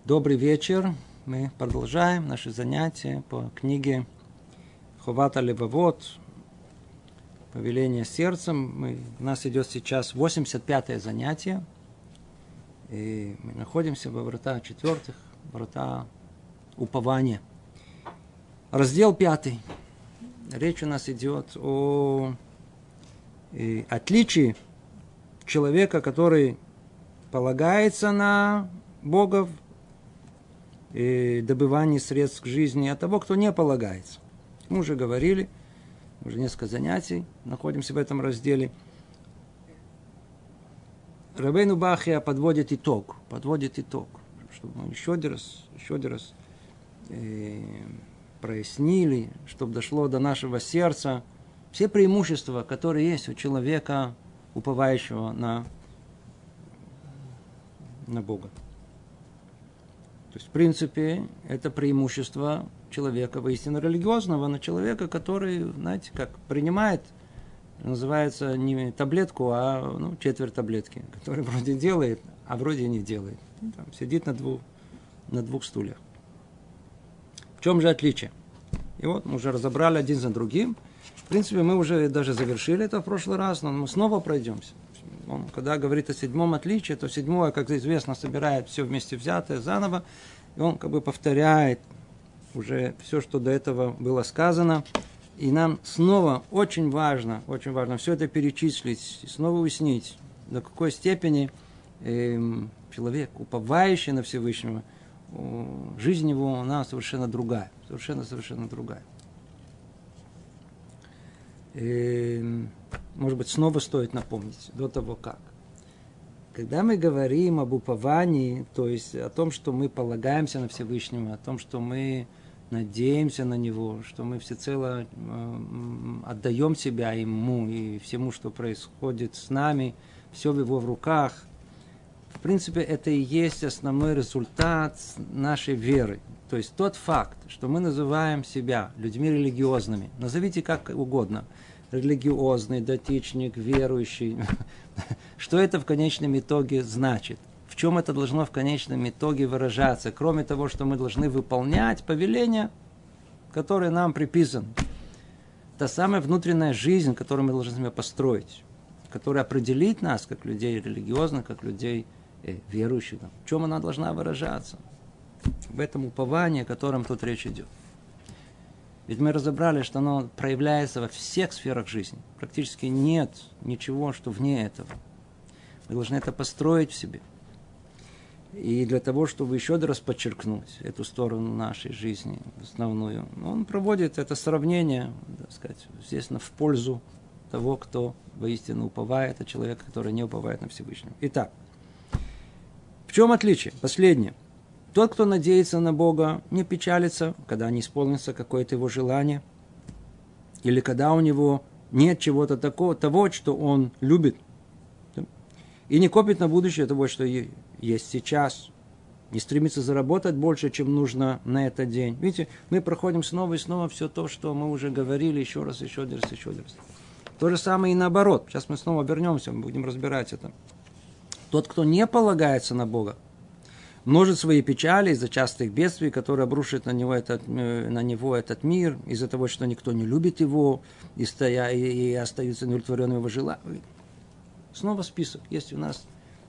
Добрый вечер. Мы продолжаем наши занятия по книге Ховат алевавот, повеление сердцем. У нас идет сейчас 85-е занятие. И мы находимся во врата четвертых, врата упования. Раздел 5. Речь у нас идет о отличии человека, который полагается на Бога и добывание средств к жизни, от того, кто не полагается. Мы уже говорили, уже несколько занятий, находимся в этом разделе. Рабейну Бахья подводит итог, чтобы мы еще один раз прояснили, чтобы дошло до нашего сердца все преимущества, которые есть у человека, уповающего на Бога. То есть, в принципе, это преимущество человека воистину религиозного, но человека, который, знаете, как принимает, называется не таблетку, а четверть таблетки, который вроде делает, а вроде не делает. И там сидит на двух стульях. В чем же отличие? И вот мы уже разобрали один за другим. В принципе, мы уже даже завершили это в прошлый раз, но мы снова пройдемся. Он, когда говорит о седьмом отличии, то седьмое, как известно, собирает все вместе взятое заново, и он как бы повторяет уже все, что до этого было сказано. И нам снова очень важно все это перечислить, и снова уяснить, до какой степени человек, уповающий на Всевышнего, жизнь его, она совершенно другая. Совершенно другая. Может быть, снова стоит напомнить до того, как. Когда мы говорим об уповании, то есть о том, что мы полагаемся на Всевышнего, о том, что мы надеемся на Него, что мы всецело отдаем себя Ему и всему, что происходит с нами, все в Его руках, в принципе, это и есть основной результат нашей веры. То есть тот факт, что мы называем себя людьми религиозными, назовите как угодно, религиозный, датичник, верующий, что это в конечном итоге значит? В чем это должно в конечном итоге выражаться? Кроме того, что мы должны выполнять повеления, которые нам приписаны. Та самая внутренняя жизнь, которую мы должны себе построить, которая определит нас как людей религиозных, как людей верующих. В чем она должна выражаться? В этом уповании, о котором тут речь идет. Ведь мы разобрали, что оно проявляется во всех сферах жизни. Практически нет ничего, что вне этого. Мы должны это построить в себе. И для того, чтобы еще раз подчеркнуть эту сторону нашей жизни, основную, он проводит это сравнение, так сказать, естественно, в пользу того, кто воистину уповает, а человека, который не уповает на Всевышнего. Итак, в чем отличие? Последнее. Тот, кто надеется на Бога, не печалится, когда не исполнится какое-то его желание, или когда у него нет чего-то такого, того, что он любит, и не копит на будущее того, что есть сейчас, не стремится заработать больше, чем нужно на этот день. Видите, мы проходим снова и снова все то, что мы уже говорили, еще раз. То же самое и наоборот. Сейчас мы снова вернемся, мы будем разбирать это. Тот, кто не полагается на Бога, множит свои печали из-за частых бедствий, которые обрушат на него этот мир, из-за того, что никто не любит его, и остаются неудовлетворенными его желаниями. Снова список. Есть у нас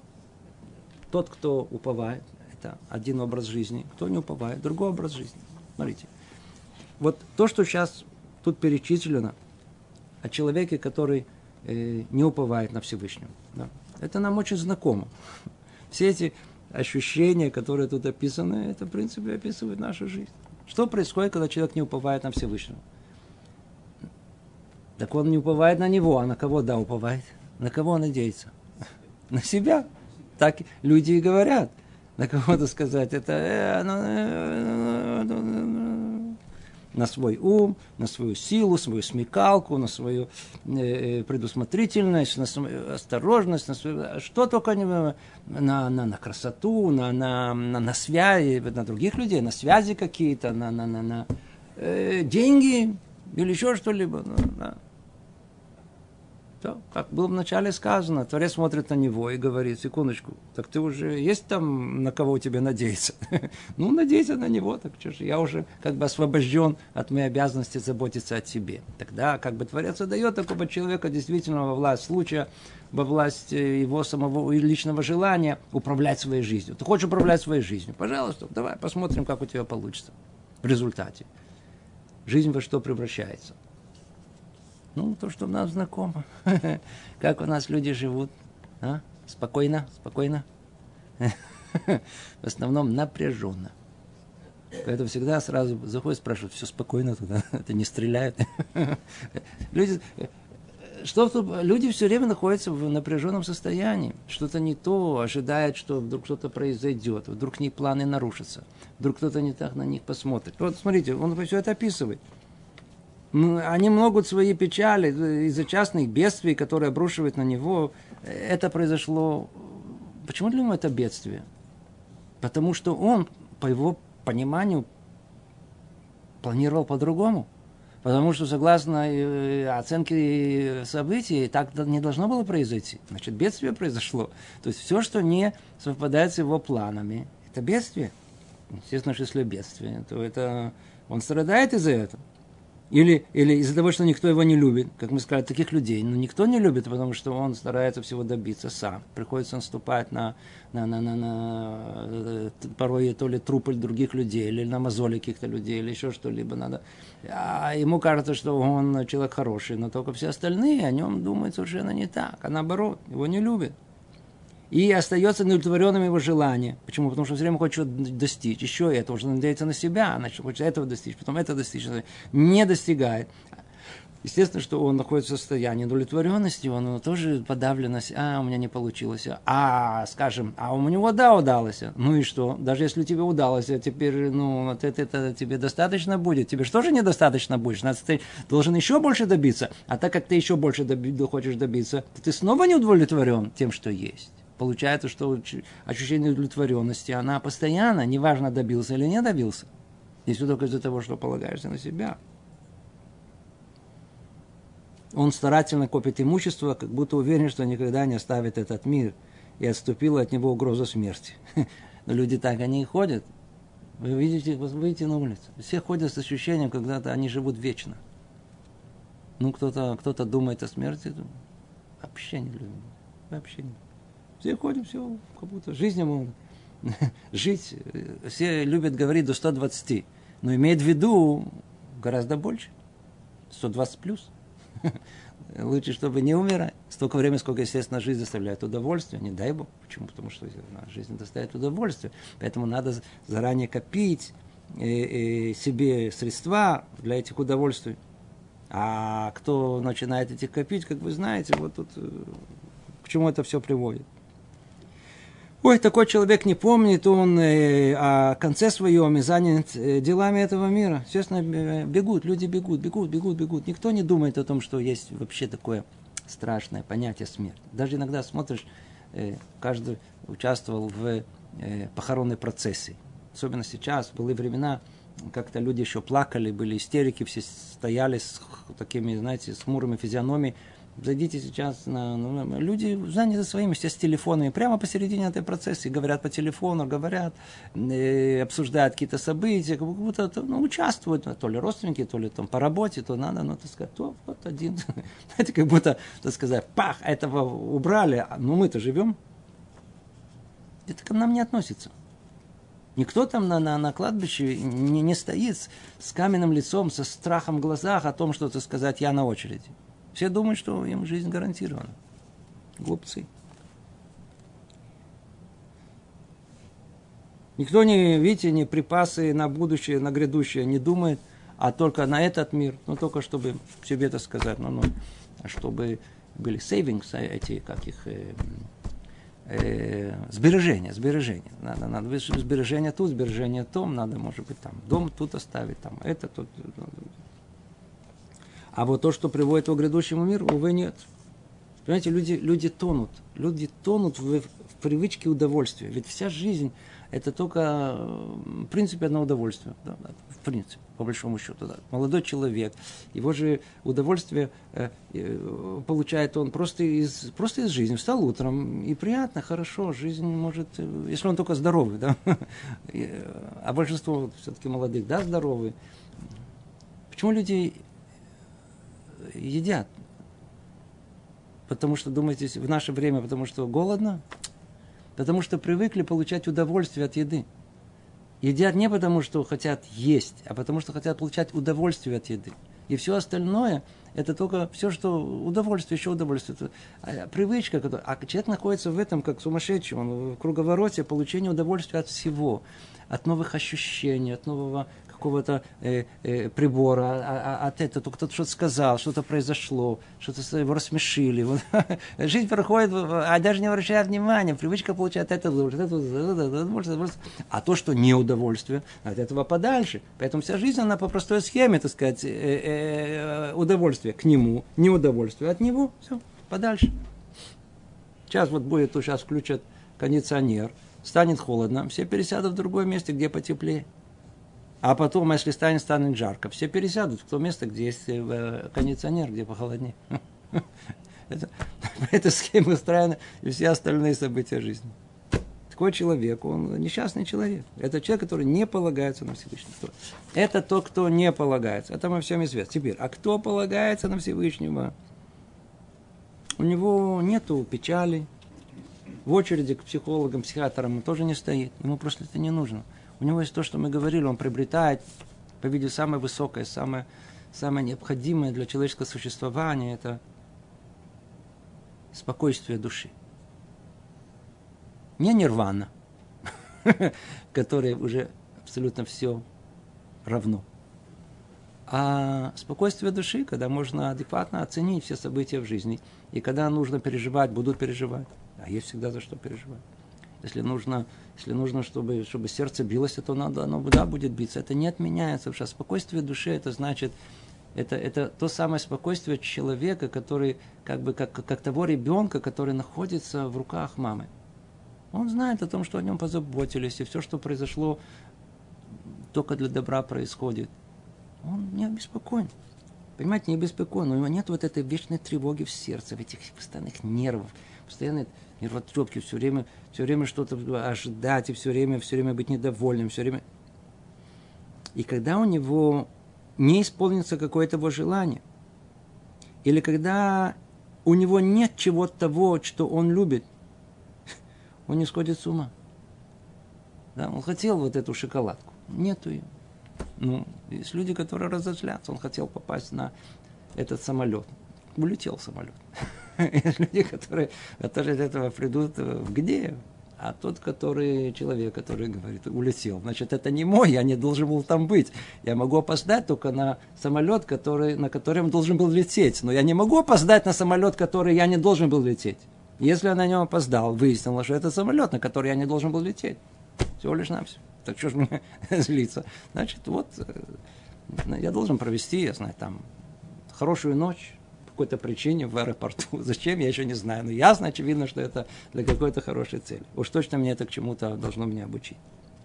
тот, кто уповает, это один образ жизни, кто не уповает, другой образ жизни. Смотрите. Вот то, что сейчас тут перечислено о человеке, который не уповает на Всевышнего. Да, это нам очень знакомо. Все эти ощущения, которые тут описаны, это, в принципе, описывает нашу жизнь. Что происходит, когда человек не уповает на Всевышнего? Так он не уповает на него, а на кого, да, уповает? На кого он надеется? На себя. Так люди и говорят. На кого-то сказать, это на свой ум, на свою силу, свою смекалку, на свою предусмотрительность, на свою осторожность, на свою, что только на красоту, на связи, на других людей, на связи какие-то, на деньги или еще что-либо. То, как было вначале сказано, Творец смотрит на него и говорит, секундочку, так ты уже есть там на кого тебе надеяться? Ну, надейся на него, так что же, я уже как бы освобожден от моей обязанности заботиться о тебе. Тогда как бы Творец отдает такого человека действительно во власть случая, во власть его самого личного желания управлять своей жизнью. Ты хочешь управлять своей жизнью? Пожалуйста, давай посмотрим, как у тебя получится в результате. Жизнь во что превращается? Ну, то, что нам знакомо. Как у нас люди живут. А? Спокойно, спокойно. В основном напряженно. Поэтому всегда сразу заходят, спрашивают, все спокойно туда, это не стреляют. Люди все время находятся в напряженном состоянии. Что-то не то, ожидают, что вдруг что-то произойдет, вдруг их планы нарушатся, вдруг кто-то не так на них посмотрит. Вот смотрите, он все это описывает. Они могут свои печали из-за частных бедствий, которые обрушивают на него. Это произошло... Почему для него это бедствие? Потому что он, по его пониманию, планировал по-другому. Потому что, согласно оценке событий, так не должно было произойти. Значит, бедствие произошло. То есть, все, что не совпадает с его планами, это бедствие. Естественно, что если бедствие, то это... Он страдает из-за этого. Или из-за того, что никто его не любит, как мы сказали, таких людей. Но никто не любит, потому что он старается всего добиться сам. Приходится наступать на порой то ли трупы других людей, или на мозоли каких-то людей, или еще что-либо надо. А ему кажется, что он человек хороший, но только все остальные о нем думают совершенно не так. А наоборот, его не любят. И остается неудовлетворенным его желание. Почему? Потому что все время хочет что-то достичь. Еще это, уже надеется на себя, значит, хочет этого достичь, потом это достичь. Не достигает. Естественно, что он находится в состоянии удовлетворенности, он тоже подавленность. У меня не получилось. Скажем, у него удалось. Ну и что? Даже если тебе удалось, теперь, вот это тебе достаточно будет. Тебе что же недостаточно будет? Значит, ты должен еще больше добиться. А так как ты еще больше хочешь добиться, то ты снова не удовлетворен тем, что есть. Получается, что ощущение удовлетворенности, она постоянно, неважно, добился или не добился. Если только из-за того, что полагаешься на себя. Он старательно копит имущество, как будто уверен, что никогда не оставит этот мир. И отступила от него угроза смерти. Но люди так, они и ходят. Вы видите, вы выйдете на улицу. Все ходят с ощущением, когда-то они живут вечно. Ну, кто-то думает о смерти. Вообще не любит. Вообще не. Все ходим, все, как будто жизнь ему жить. Все любят говорить до 120, но имеют в виду гораздо больше. 120 плюс. Лучше, чтобы не умирать. Столько времени, сколько, естественно, жизнь доставляет удовольствие. Не дай Бог. Почему? Потому что жизнь доставляет удовольствие. Поэтому надо заранее копить себе средства для этих удовольствий. А кто начинает этих копить, как вы знаете, вот тут к чему это все приводит. Ой, такой человек не помнит, он о конце своем и занят делами этого мира. Естественно, люди бегут. Никто не думает о том, что есть вообще такое страшное понятие смерти. Даже иногда смотришь, каждый участвовал в похоронной процессии. Особенно сейчас, в былые времена, как-то люди еще плакали, были истерики, все стояли с такими, знаете, с хмурыми физиономиями. Зайдите сейчас люди заняты своими, все с телефонами, прямо посередине этой процессии, говорят по телефону, говорят, обсуждают какие-то события, как будто участвуют, то ли родственники, то ли там по работе, то надо, так сказать, то вот один, знаете, как будто, так сказать, этого убрали, мы-то живем. Это к нам не относится. Никто там на кладбище не стоит с каменным лицом, со страхом в глазах о том, что, так сказать, я на очереди. Все думают, что им жизнь гарантирована. Глупцы. Никто не припасы на будущее, на грядущее не думает, а только на этот мир. Только чтобы себе это сказать. Чтобы были savings, эти, сбережения. Надо сбережения тут, сбережения там. Надо, может быть, там дом тут оставить, там это, тут. А вот то, что приводит его к грядущему миру, увы, нет. Понимаете, люди тонут. Люди тонут в привычке удовольствия. Ведь вся жизнь, это только, в принципе, одно удовольствие. Да, да, в принципе, по большому счету. Да. Молодой человек, его же удовольствие получает он просто из жизни. Встал утром, и приятно, хорошо, жизнь может, если он только здоровый, да. А большинство все-таки молодых, да, здоровые. Почему люди едят? Потому что, думаете, в наше время, потому что голодно? Потому что привыкли получать удовольствие от еды. Едят не потому, что хотят есть, а потому, что хотят получать удовольствие от еды. И все остальное, это только все, что удовольствие, еще удовольствие. Это привычка, а человек находится в этом, как сумасшедший, он в круговороте получения удовольствия от всего. От новых ощущений, от нового какого-то прибора, от этого кто-то что-то сказал, что-то произошло, что-то его рассмешили. Вот. Жизнь проходит, а даже не обращает внимания, привычка получает это удовольствие. А то, что не удовольствие, от этого подальше. Поэтому вся жизнь, она по простой схеме, так сказать, удовольствие к нему, неудовольствие от него, все, подальше. Сейчас вот будет, сейчас включат кондиционер, станет холодно, все пересядут в другое место, где потеплее. А потом, если станет жарко, все пересядут в то место, где есть кондиционер, где похолоднее. Это схема устроена и все остальные события жизни. Такой человек, он несчастный человек. Это человек, который не полагается на Всевышнего. Это тот, кто не полагается. Это мы всем известно. Теперь, а кто полагается на Всевышнего? У него нету печали. В очереди к психологам, психиатрам он тоже не стоит. Ему просто это не нужно. У него есть то, что мы говорили, он приобретает, по-видимому, самое высокое, самое необходимое для человеческого существования – это спокойствие души. Не нирвана, которой уже абсолютно все равно. А спокойствие души, когда можно адекватно оценить все события в жизни, и когда нужно переживать, будут переживать. А есть всегда за что переживать. Если нужно, чтобы сердце билось, то оно будет биться. Это не отменяется. Потому что спокойствие души, это значит, это то самое спокойствие человека, который, как того ребенка, который находится в руках мамы. Он знает о том, что о нем позаботились, и все, что произошло, только для добра происходит. Он не обеспокоен. Понимаете, не обеспокоен. У него нет вот этой вечной тревоги в сердце, этих постоянных нервов, постоянной нервотрепки, все время что-то ожидать, и все время быть недовольным, все время. И когда у него не исполнится какое-то его желание, или когда у него нет чего-то того, что он любит, он не сходит с ума. Да? Он хотел вот эту шоколадку, нету ее. Есть люди, которые разозлятся. Он хотел попасть на этот самолет. Улетел самолет. Есть люди, которые от этого придут в гнев. А тот, человек, который говорит, улетел, значит, это не мой, я не должен был там быть. Я могу опоздать только на самолет, на котором должен был лететь. Но я не могу опоздать на самолет, который я не должен был лететь. Если я на нем опоздал, выяснилось, что это самолет, на который я не должен был лететь. Всего лишь навсего. Так что же мне злиться? Значит, вот, я должен провести, я знаю, там, хорошую ночь по какой-то причине в аэропорту. Зачем, я еще не знаю. Но ясно, очевидно, что это для какой-то хорошей цели. Уж точно мне это к чему-то должно меня обучить.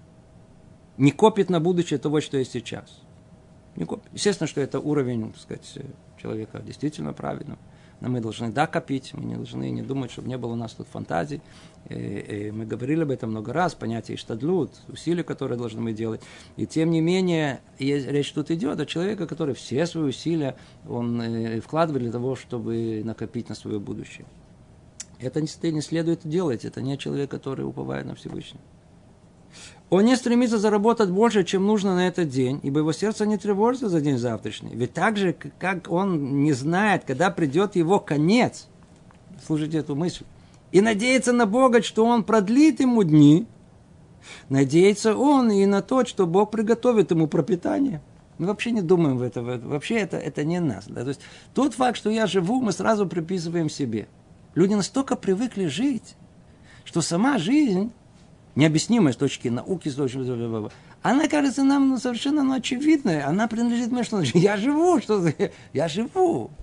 Не копит на будущее того, что есть сейчас. Не копит. Естественно, что это уровень, так сказать, человека действительно правильного. Но мы должны, копить, мы не должны не думать, чтобы не было у нас тут фантазий. И мы говорили об этом много раз, понятие штадлут, усилия, которые должны мы делать. И тем не менее, речь тут идет о человеке, который все свои усилия он вкладывает для того, чтобы накопить на свое будущее. Это не следует делать, это не человек, который уповает на Всевышнего. Он не стремится заработать больше, чем нужно на этот день, ибо его сердце не тревожится за день завтрашний. Ведь так же, как он не знает, когда придет его конец, слушайте эту мысль, и надеется на Бога, что он продлит ему дни, надеется он и на то, что Бог приготовит ему пропитание. Мы вообще не думаем в это. Вообще это не нас. Да? То есть тот факт, что я живу, мы сразу приписываем себе. Люди настолько привыкли жить, что сама жизнь, необъяснимая с точки науки, с точки она кажется нам совершенно очевидной. Она принадлежит мне, что я живу, я живу.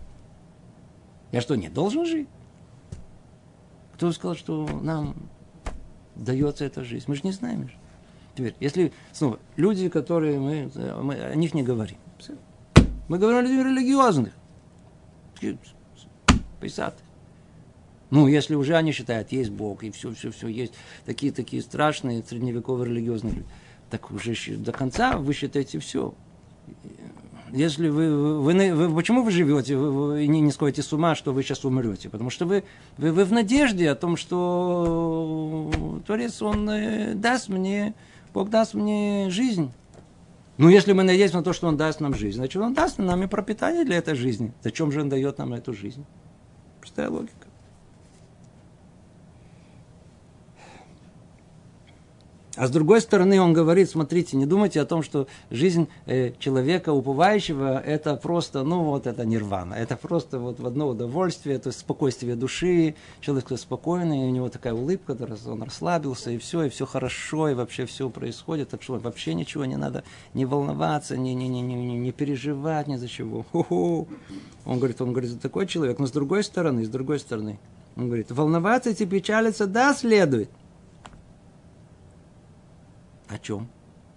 Я что, не должен жить? Кто сказал, что нам дается эта жизнь? Мы же не знаем. Теперь, если, снова, люди, которые мы о них не говорим. Мы говорим о людях религиозных. Писаты. Если уже они считают, есть Бог, и все, есть такие страшные средневековые религиозные люди, так уже до конца вы считаете все. Если вы почему вы живете, вы не сходите с ума, что вы сейчас умрете? Потому что вы в надежде о том, что Творец, Он Бог даст мне жизнь. Если мы надеемся на то, что Он даст нам жизнь, значит, Он даст нам и пропитание для этой жизни. Зачем же Он дает нам эту жизнь? Простая логика. А с другой стороны, он говорит, смотрите, не думайте о том, что жизнь человека уповающего, это просто, это нирвана. Это просто в одно удовольствие, это спокойствие души. Человек спокойный, у него такая улыбка, он расслабился, и все хорошо, и вообще все происходит. Так что вообще ничего не надо, не волноваться, не переживать ни за чего. Он говорит, такой человек. Но с другой стороны, он говорит, волноваться и печалиться, да, следует. О чем?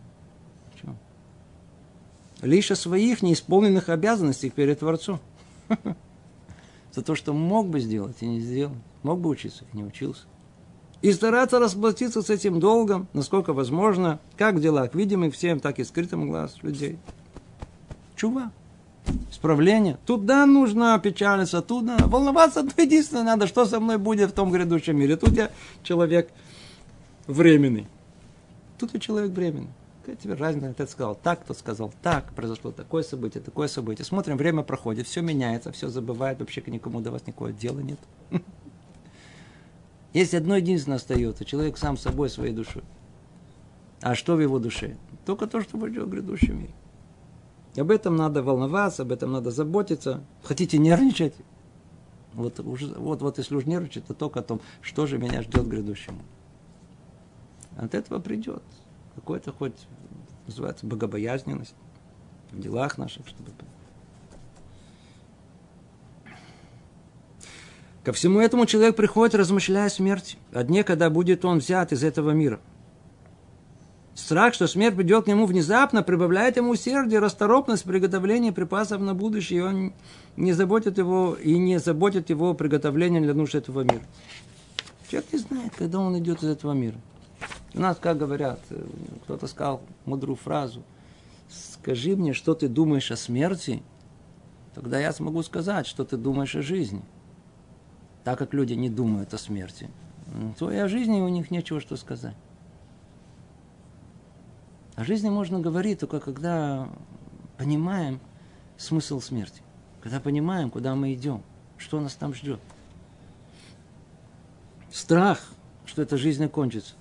Лишь о своих неисполненных обязанностях перед Творцом. За то, что мог бы сделать и не сделал. Мог бы учиться и не учился. И стараться расплатиться с этим долгом, насколько возможно, как в делах видимых всем, так и скрытым глаз людей. Чува. Исправление. Туда нужно печалиться, туда волноваться. Единственное надо, что со мной будет в том грядущем мире. Тут я человек временный. Тут и человек временный. Какая тебе разница? Ты сказал так, тот сказал так, произошло такое событие. Смотрим, время проходит, все меняется, все забывает, вообще никому до вас никакого дела нет. Есть одно единственное остается, человек сам собой, своей душой. А что в его душе? Только то, что будет в грядущем мире. Об этом надо волноваться, об этом надо заботиться. Хотите нервничать? Вот если уж нервничать, то только о том, что же меня ждет в грядущем. От этого придет какой-то хоть, называется, богобоязненность в делах наших. Ко всему этому человек приходит, размышляя о смерти, о дне, когда будет он взят из этого мира. Страх, что смерть придет к нему внезапно, прибавляет ему усердие, расторопность в приготовлении припасов на будущее, и он не заботит его приготовлением для нужд этого мира. Человек не знает, когда он идет из этого мира. У нас, как говорят, кто-то сказал мудрую фразу: скажи мне, что ты думаешь о смерти, тогда я смогу сказать, что ты думаешь о жизни. Так как люди не думают о смерти, то и о жизни у них нечего что сказать. О жизни можно говорить только когда понимаем смысл смерти, когда понимаем, куда мы идем, что нас там ждет. Страх, что эта жизнь кончится.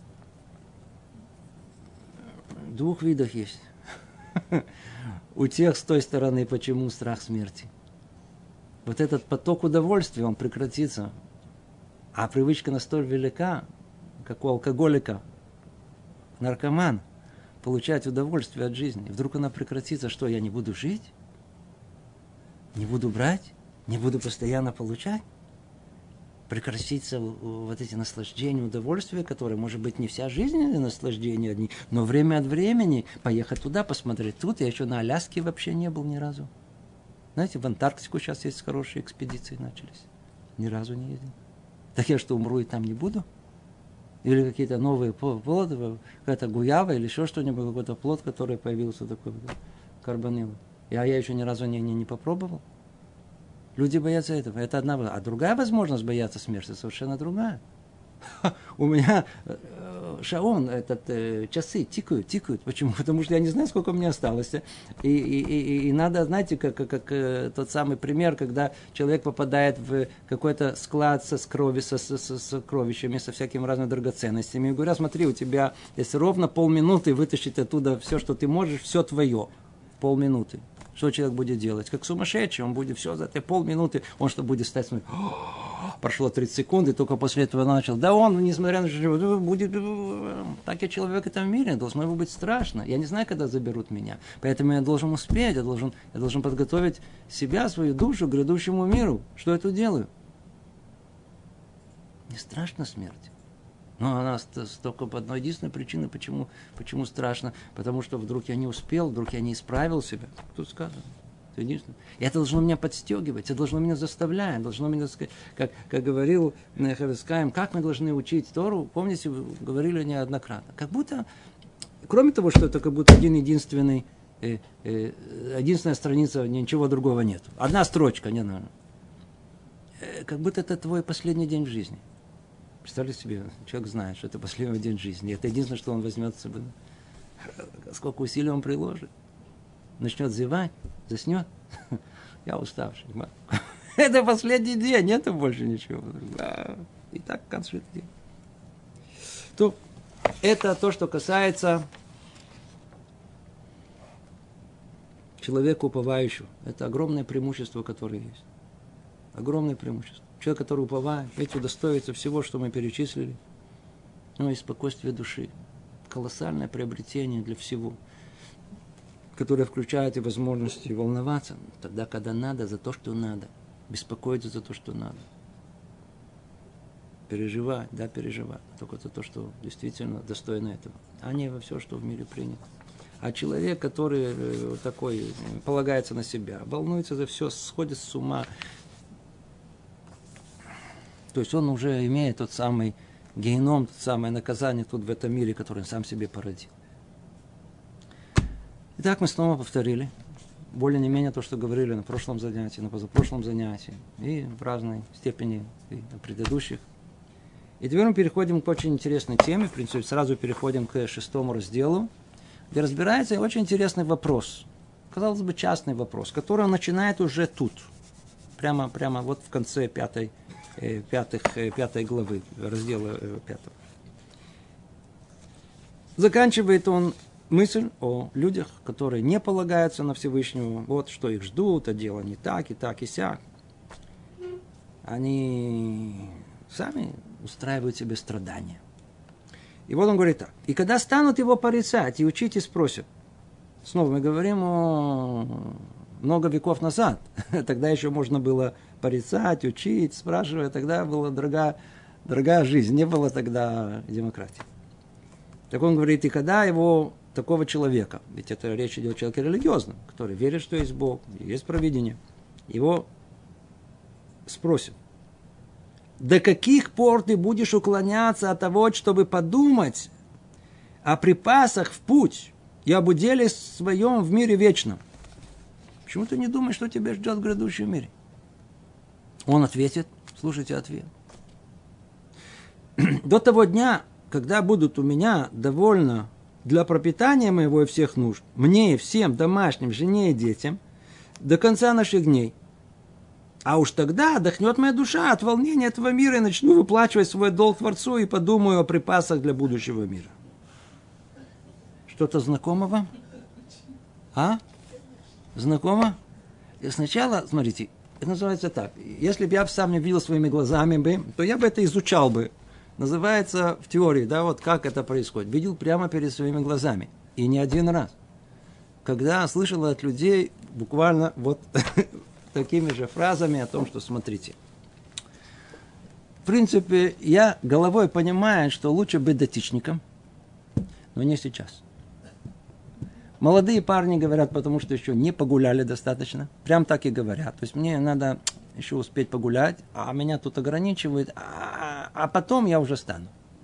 В двух видах есть. У тех с той стороны, почему страх смерти. Вот этот поток удовольствия, он прекратится. А привычка настолько велика, как у алкоголика, наркоман, получать удовольствие от жизни. И вдруг она прекратится, что я не буду жить? Не буду брать? Не буду постоянно получать? Прекратится вот эти наслаждения, удовольствия, которые, может быть, не вся жизнь это наслаждения одни, но время от времени поехать туда, посмотреть тут. Я еще на Аляске вообще не был ни разу. Знаете, в Антарктику сейчас есть хорошие экспедиции начались. Ни разу не ездил. Так я что, умру и там не буду? Или какие-то новые плоды, какая-то гуява или еще что-нибудь, какой-то плод, который появился такой, карбонил. Я еще ни разу не попробовал. Люди боятся этого. Это одна. А другая возможность бояться смерти совершенно другая. У меня шаон, часы тикают. Почему? Потому что я не знаю, сколько мне осталось. И надо, знаете, как тот самый пример, когда человек попадает в какой-то склад со сокровищами, со всякими разными драгоценностями. И говорят, смотри, у тебя есть ровно полминуты вытащить оттуда все, что ты можешь, все твое. Полминуты. Что человек будет делать? Как сумасшедший, он будет все за эти полминуты, он что будет стать, смотреть, прошло 30 секунд, и только после этого начал. Да он, несмотря на что, будет, так и человек в этом мире, должно ему быть страшно. Я не знаю, когда заберут меня, поэтому я должен успеть, я должен подготовить себя, свою душу к грядущему миру. Что я тут делаю? Не страшно смерть. Но она только по одной единственной причине, почему страшно. Потому что вдруг я не успел, вдруг я не исправил себя. Тут сказано. Это единственное. И это должно меня подстегивать, это должно меня заставлять, должно меня, как говорил Хафец Хаим, как мы должны учить Тору, помните, вы говорили неоднократно. Как будто, кроме того, что это как будто единственная страница, ничего другого нет. Одна строчка, не наверное. Как будто это твой последний день в жизни. Представьте себе, человек знает, что это последний день жизни. Это единственное, что он возьмет с собой. Сколько усилий он приложит. Начнет зевать, заснет. Я уставший. Это последний день, нету больше ничего. И так к концу этого дня. То это то, что касается человека уповающего. Это огромное преимущество, которое есть. Огромное преимущество. Человек, который уповает, ведь удостоится всего, что мы перечислили. И спокойствие души. Колоссальное приобретение для всего, которое включает и возможности волноваться тогда, когда надо, за то, что надо. Беспокоиться за то, что надо. Переживать, да, переживать. Только за то, что действительно достойно этого. А не во все, что в мире принято. А человек, который такой, полагается на себя, волнуется за все, сходит с ума. То есть он уже имеет тот самый геном, тот самое наказание тут в этом мире, которое он сам себе породил. Итак, мы снова повторили более не менее то, что говорили на прошлом занятии, на позапрошлом занятии, и в разной степени и на предыдущих. И теперь мы переходим к очень интересной теме, в принципе, сразу переходим к 6 разделу, где разбирается очень интересный вопрос, казалось бы, частный вопрос, который он начинает уже тут, прямо вот в конце 5 главы, раздела 5. Заканчивает он мысль о людях, которые не полагаются на Всевышнего, вот что их ждут, а дело не так, и сяк. Они сами устраивают себе страдания. И вот он говорит так. И когда станут его порицать и учить и спросят, снова мы говорим о много веков назад, тогда еще можно было порицать, учить, спрашивать, тогда была дорогая жизнь, не было тогда демократии. Так он говорит, и когда его такого человека, ведь это речь идет о человеке религиозном, который верит, что есть Бог, есть провидение, его спросят, до каких пор ты будешь уклоняться от того, чтобы подумать о припасах в путь и об уделе своем в мире вечном? Почему ты не думаешь, что тебя ждет в грядущем мире? Он ответит, слушайте ответ. До того дня, когда будут у меня довольно для пропитания моего и всех нужд, мне и всем домашним, жене и детям, до конца наших дней. А уж тогда отдохнет моя душа от волнения этого мира и начну выплачивать свой долг Творцу и подумаю о припасах для будущего мира. Что-то знакомо вам? А? Знакомо? И сначала, смотрите, это называется так. Если бы я сам не видел своими глазами, то я бы это изучал бы. Называется в теории, да, вот как это происходит. Видел прямо перед своими глазами. И не один раз. Когда слышал от людей буквально вот такими же фразами о том, что смотрите. В принципе, я головой понимаю, что лучше быть датичником, но не сейчас. Молодые парни говорят, потому что еще не погуляли достаточно. Прям так и говорят. То есть мне надо еще успеть погулять, а меня тут ограничивают, а потом я уже стану.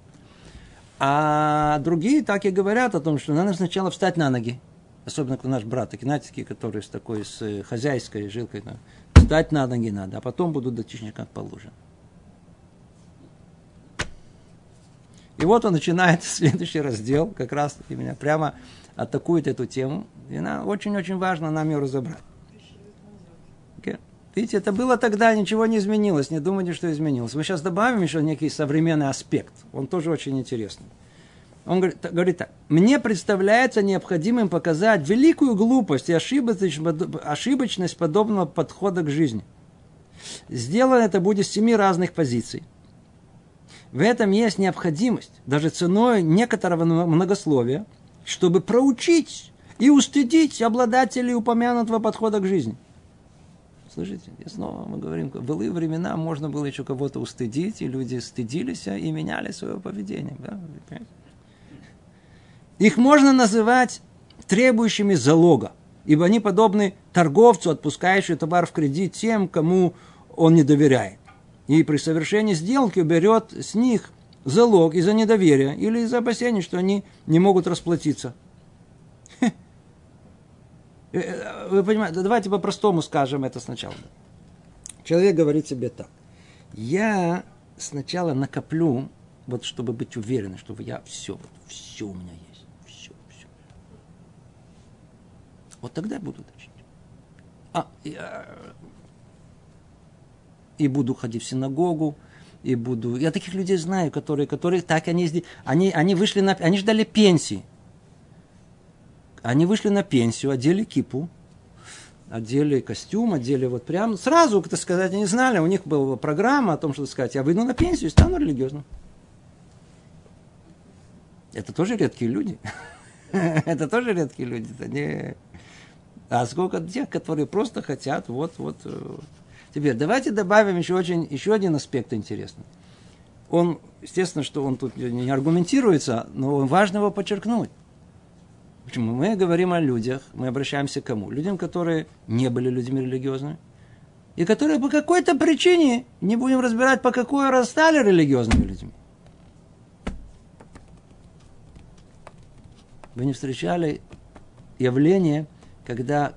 А другие так и говорят о том, что надо сначала встать на ноги. Особенно наш брат Игнатьевский, который с хозяйской жилкой. Да, встать на ноги надо, а потом будут датичником как положено. И вот он начинает следующий раздел, как раз таки меня прямо атакует эту тему. И очень-очень важно нам ее разобрать. Okay. Видите, это было тогда, ничего не изменилось. Не думайте, что изменилось. Мы сейчас добавим еще некий современный аспект. Он тоже очень интересный. Он говорит так. Мне представляется необходимым показать великую глупость и ошибочность подобного подхода к жизни. Сделано это будет с 7 разных позиций. В этом есть необходимость, даже ценой некоторого многословия, чтобы проучить и устыдить обладателей упомянутого подхода к жизни. Слышите? И снова мы говорим, в былые времена можно было еще кого-то устыдить, и люди стыдились и меняли свое поведение. Да? Их можно называть требующими залога, ибо они подобны торговцу, отпускающему товар в кредит тем, кому он не доверяет. И при совершении сделки берет с них залог из-за недоверия или из-за опасений, что они не могут расплатиться. Вы понимаете, давайте по-простому скажем это сначала. Человек говорит себе так. Я сначала накоплю, вот чтобы быть уверенным, чтобы я все у меня есть. Все. Вот тогда я буду точить. И буду ходить в синагогу, и буду... Я таких людей знаю, которые так, они вышли на... Они ждали пенсии. Они вышли на пенсию, одели кипу, одели костюм, одели вот прям... Сразу, так сказать, они знали, у них была программа о том, что сказать, я выйду на пенсию и стану религиозным. Это тоже редкие люди. Это тоже редкие люди. А сколько тех, которые просто хотят вот... Теперь давайте добавим еще один аспект интересный. Он, естественно, что он тут не аргументируется, но важно его подчеркнуть. Почему? Мы говорим о людях, мы обращаемся к кому? Людям, которые не были людьми религиозными, и которые по какой-то причине, не будем разбирать, по какой раз стали религиозными людьми. Вы не встречали явление, когда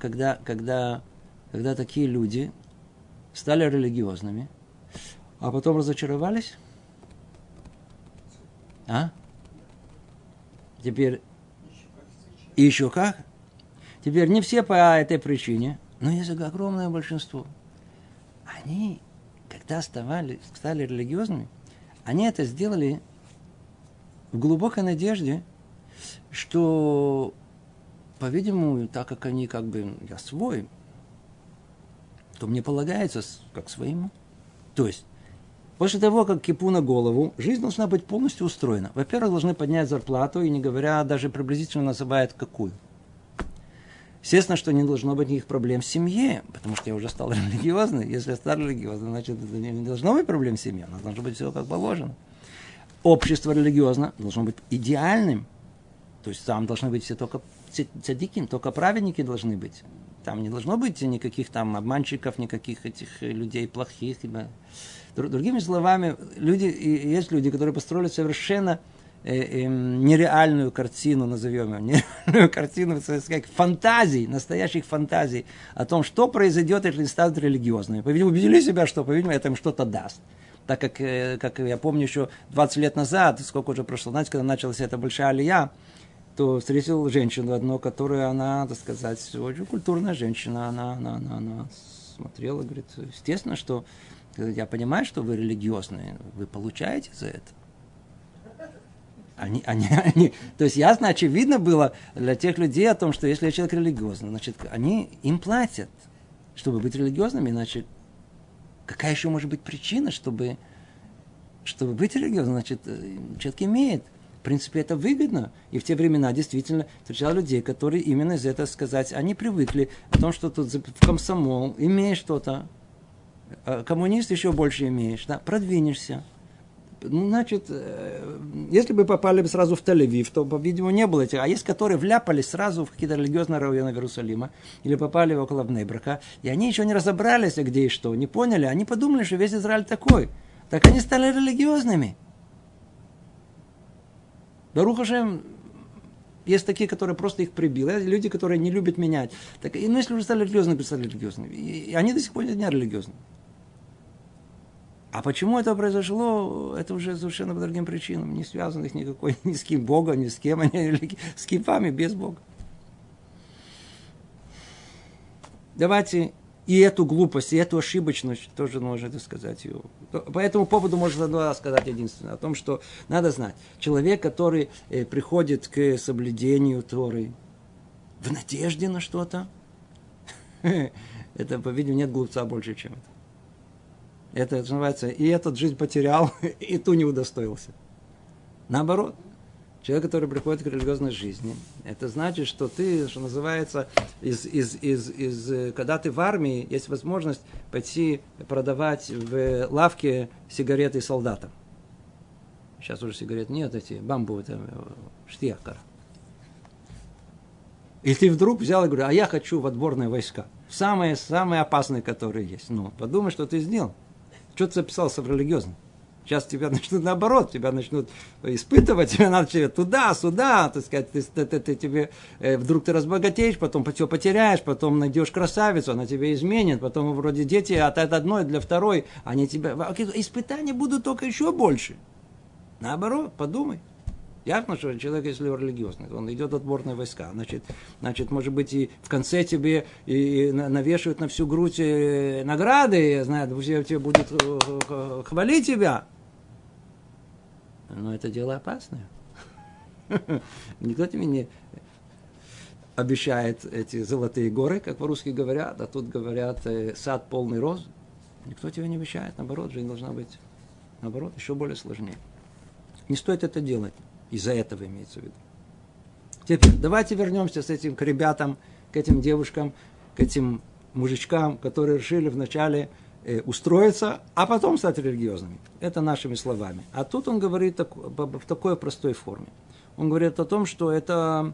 такие люди стали религиозными, а потом разочаровались? Теперь... И еще как? Теперь не все по этой причине, но есть огромное большинство. Они, когда стали религиозными, они это сделали в глубокой надежде, что, по-видимому, так как они я свой, то мне полагается как своему. То есть, после того, как кипу на голову, жизнь должна быть полностью устроена. Во-первых, должны поднять зарплату, и не говоря даже приблизительно называют какую. Естественно, что не должно быть никаких проблем в семье, потому что я уже стал религиозным. Если я стал религиозным, значит, не должно быть проблем в семье. У нас должно быть все как положено. Общество религиозное должно быть идеальным. То есть там должны быть все только цадиким, только праведники должны быть. Там не должно быть никаких там обманщиков, никаких этих людей плохих. Другими словами, есть люди, которые построили совершенно нереальную картину, назовем ее, нереальную картину, как фантазий, настоящих фантазий о том, что произойдет, если они станут религиозными. По-видимому, убедили себя, что, по-видимому, это им что-то даст. Так как я помню, еще 20 лет назад, сколько уже прошло, знаете, когда началась эта большая алия, то встретил женщину одну, которая, она, так сказать, очень культурная женщина, она смотрела, говорит, естественно, что я понимаю, что вы религиозные, вы получаете за это. То есть ясно, очевидно было для тех людей о том, что если человек религиозный, значит, им платят, чтобы быть религиозными, иначе какая еще может быть причина, чтобы быть религиозным? Значит, человек имеет. В принципе, это выгодно. И в те времена действительно встречал людей, которые именно из этого сказать, они привыкли к тому, что тут в комсомол имеешь что-то, коммунист еще больше имеешь, да, продвинешься. Значит, если бы попали бы сразу в Тель-Авив, то, по-видимому, не было этих. А есть, которые вляпались сразу в какие-то религиозные районы Иерусалима или попали около Бней-Брака, и они еще не разобрались, где и что, не поняли. Они подумали, что весь Израиль такой. Так они стали религиозными. Барух Ашем, есть такие, которые просто их прибило. Люди, которые не любят менять. Так, если уже стали религиозными, то стали религиозными. И они до сих пор не религиозны. А почему это произошло, это уже совершенно по другим причинам, не связанных никакой, ни с кем Богом, ни с кем, они с кипами, без Бога. Давайте и эту глупость, и эту ошибочность тоже можно сказать. По этому поводу можно сказать единственное, о том, что надо знать. Человек, который приходит к соблюдению Торы в надежде на что-то, это, по-видимому, нет глупца больше, чем это. Это называется, и этот жизнь потерял, и ту не удостоился. Наоборот. Человек, который приходит к религиозной жизни, это значит, что ты, что называется, когда ты в армии, есть возможность пойти продавать в лавке сигареты солдатам. Сейчас уже сигарет нет, эти бамбу, это штиакар. И ты вдруг взял и говоришь, а я хочу в отборные войска. Самые опасные, которые есть. Ну, подумай, что ты сделал. Что ты записался в религиозный? Сейчас тебя начнут наоборот, тебя начнут испытывать, тебе надо туда, сюда, так сказать, тебе, вдруг ты разбогатеешь, потом все потеряешь, потом найдешь красавицу, она тебя изменит, потом вроде дети от одной для второй, они тебя... Испытания будут только еще больше. Наоборот, подумай. Ясно, что человек, если религиозный, он идет в отборные войска, значит, может быть, и в конце тебе и навешивают на всю грудь награды, я знаю, все тебе будут хвалить тебя. Но это дело опасное. Никто тебе не обещает эти золотые горы, как по-русски говорят, а тут говорят сад полный роз. Никто тебе не обещает, наоборот, жизнь должна быть, наоборот, еще более сложнее. Не стоит это делать. Из-за этого имеется в виду. Теперь, давайте вернемся с этим к ребятам, к этим девушкам, к этим мужичкам, которые решили вначале устроиться, а потом стать религиозными. Это нашими словами. А тут он говорит в такой простой форме. Он говорит о том, что это,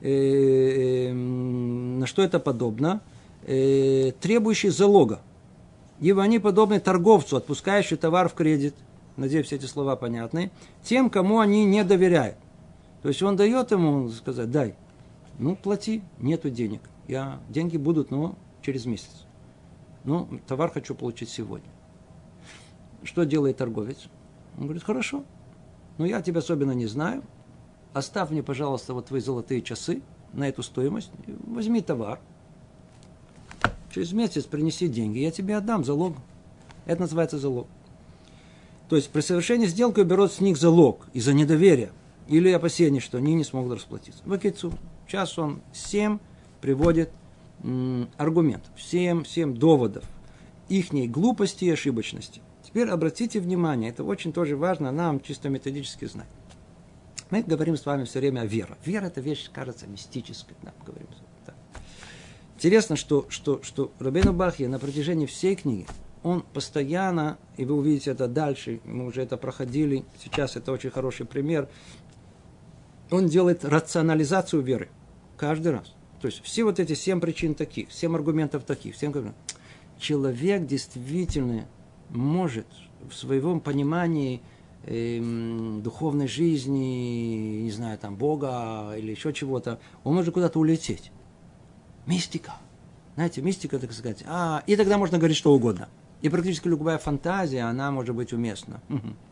на что это подобно, требующий залога. Ибо они подобны торговцу, отпускающему товар в кредит. Надеюсь, все эти слова понятны. Тем, кому они не доверяют. То есть он дает ему сказать, дай, ну плати, нету денег. Деньги будут, но через месяц. Ну, товар хочу получить сегодня. Что делает торговец? Он говорит, хорошо, но я тебя особенно не знаю. Оставь мне, пожалуйста, вот твои золотые часы на эту стоимость. Возьми товар. Через месяц принеси деньги, я тебе отдам залог. Это называется залог. То есть при совершении сделки берут с них залог из-за недоверия или опасения, что они не смогут расплатиться. В Акицу. Сейчас он 7 приводит аргументов, 7 доводов ихней глупости и ошибочности. Теперь обратите внимание, это очень тоже важно нам чисто методически знать. Мы говорим с вами все время о вере. Вера – это вещь, кажется, мистическая. Да, говорим. Да. Интересно, что Рабейну Бахья на протяжении всей книги он постоянно, и вы увидите это дальше, мы уже это проходили, сейчас это очень хороший пример, он делает рационализацию веры каждый раз. То есть все вот эти 7 причин таких, 7 аргументов таких, 7 аргументов. Человек действительно может в своем понимании духовной жизни, не знаю, там, Бога или еще чего-то, он может куда-то улететь. Мистика. Знаете, мистика, так сказать. И тогда можно говорить что угодно. И практически любая фантазия, она может быть уместна.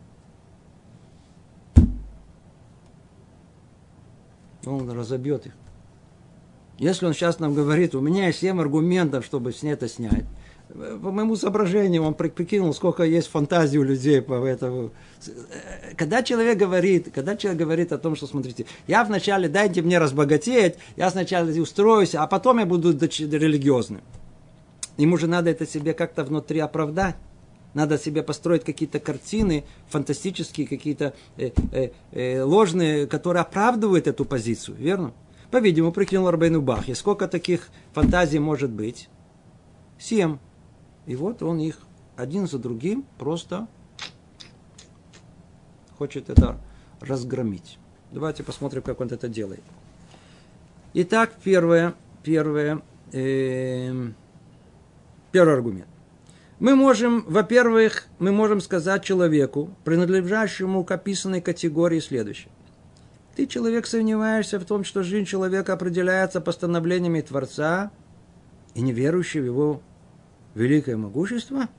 Он разобьет их. Если он сейчас нам говорит, у меня есть 7 аргументов, чтобы это снять, по моему соображению, он прикинул, сколько есть фантазий у людей по этому. Когда человек говорит о том, что, смотрите, я вначале дайте мне разбогатеть, я сначала устроюсь, а потом я буду религиозным. Ему же надо это себе как-то внутри оправдать. Надо себе построить какие-то картины, фантастические, какие-то ложные, которые оправдывают эту позицию, верно? По-видимому, прикинул Рабейну Бахья. Сколько таких фантазий может быть? 7. И вот он их один за другим просто хочет это разгромить. Давайте посмотрим, как он это делает. Итак, первый аргумент. Мы можем сказать человеку, принадлежащему к описанной категории, следующее. Ты, человек, сомневаешься в том, что жизнь человека определяется постановлениями Творца и не верующий в его великое могущество?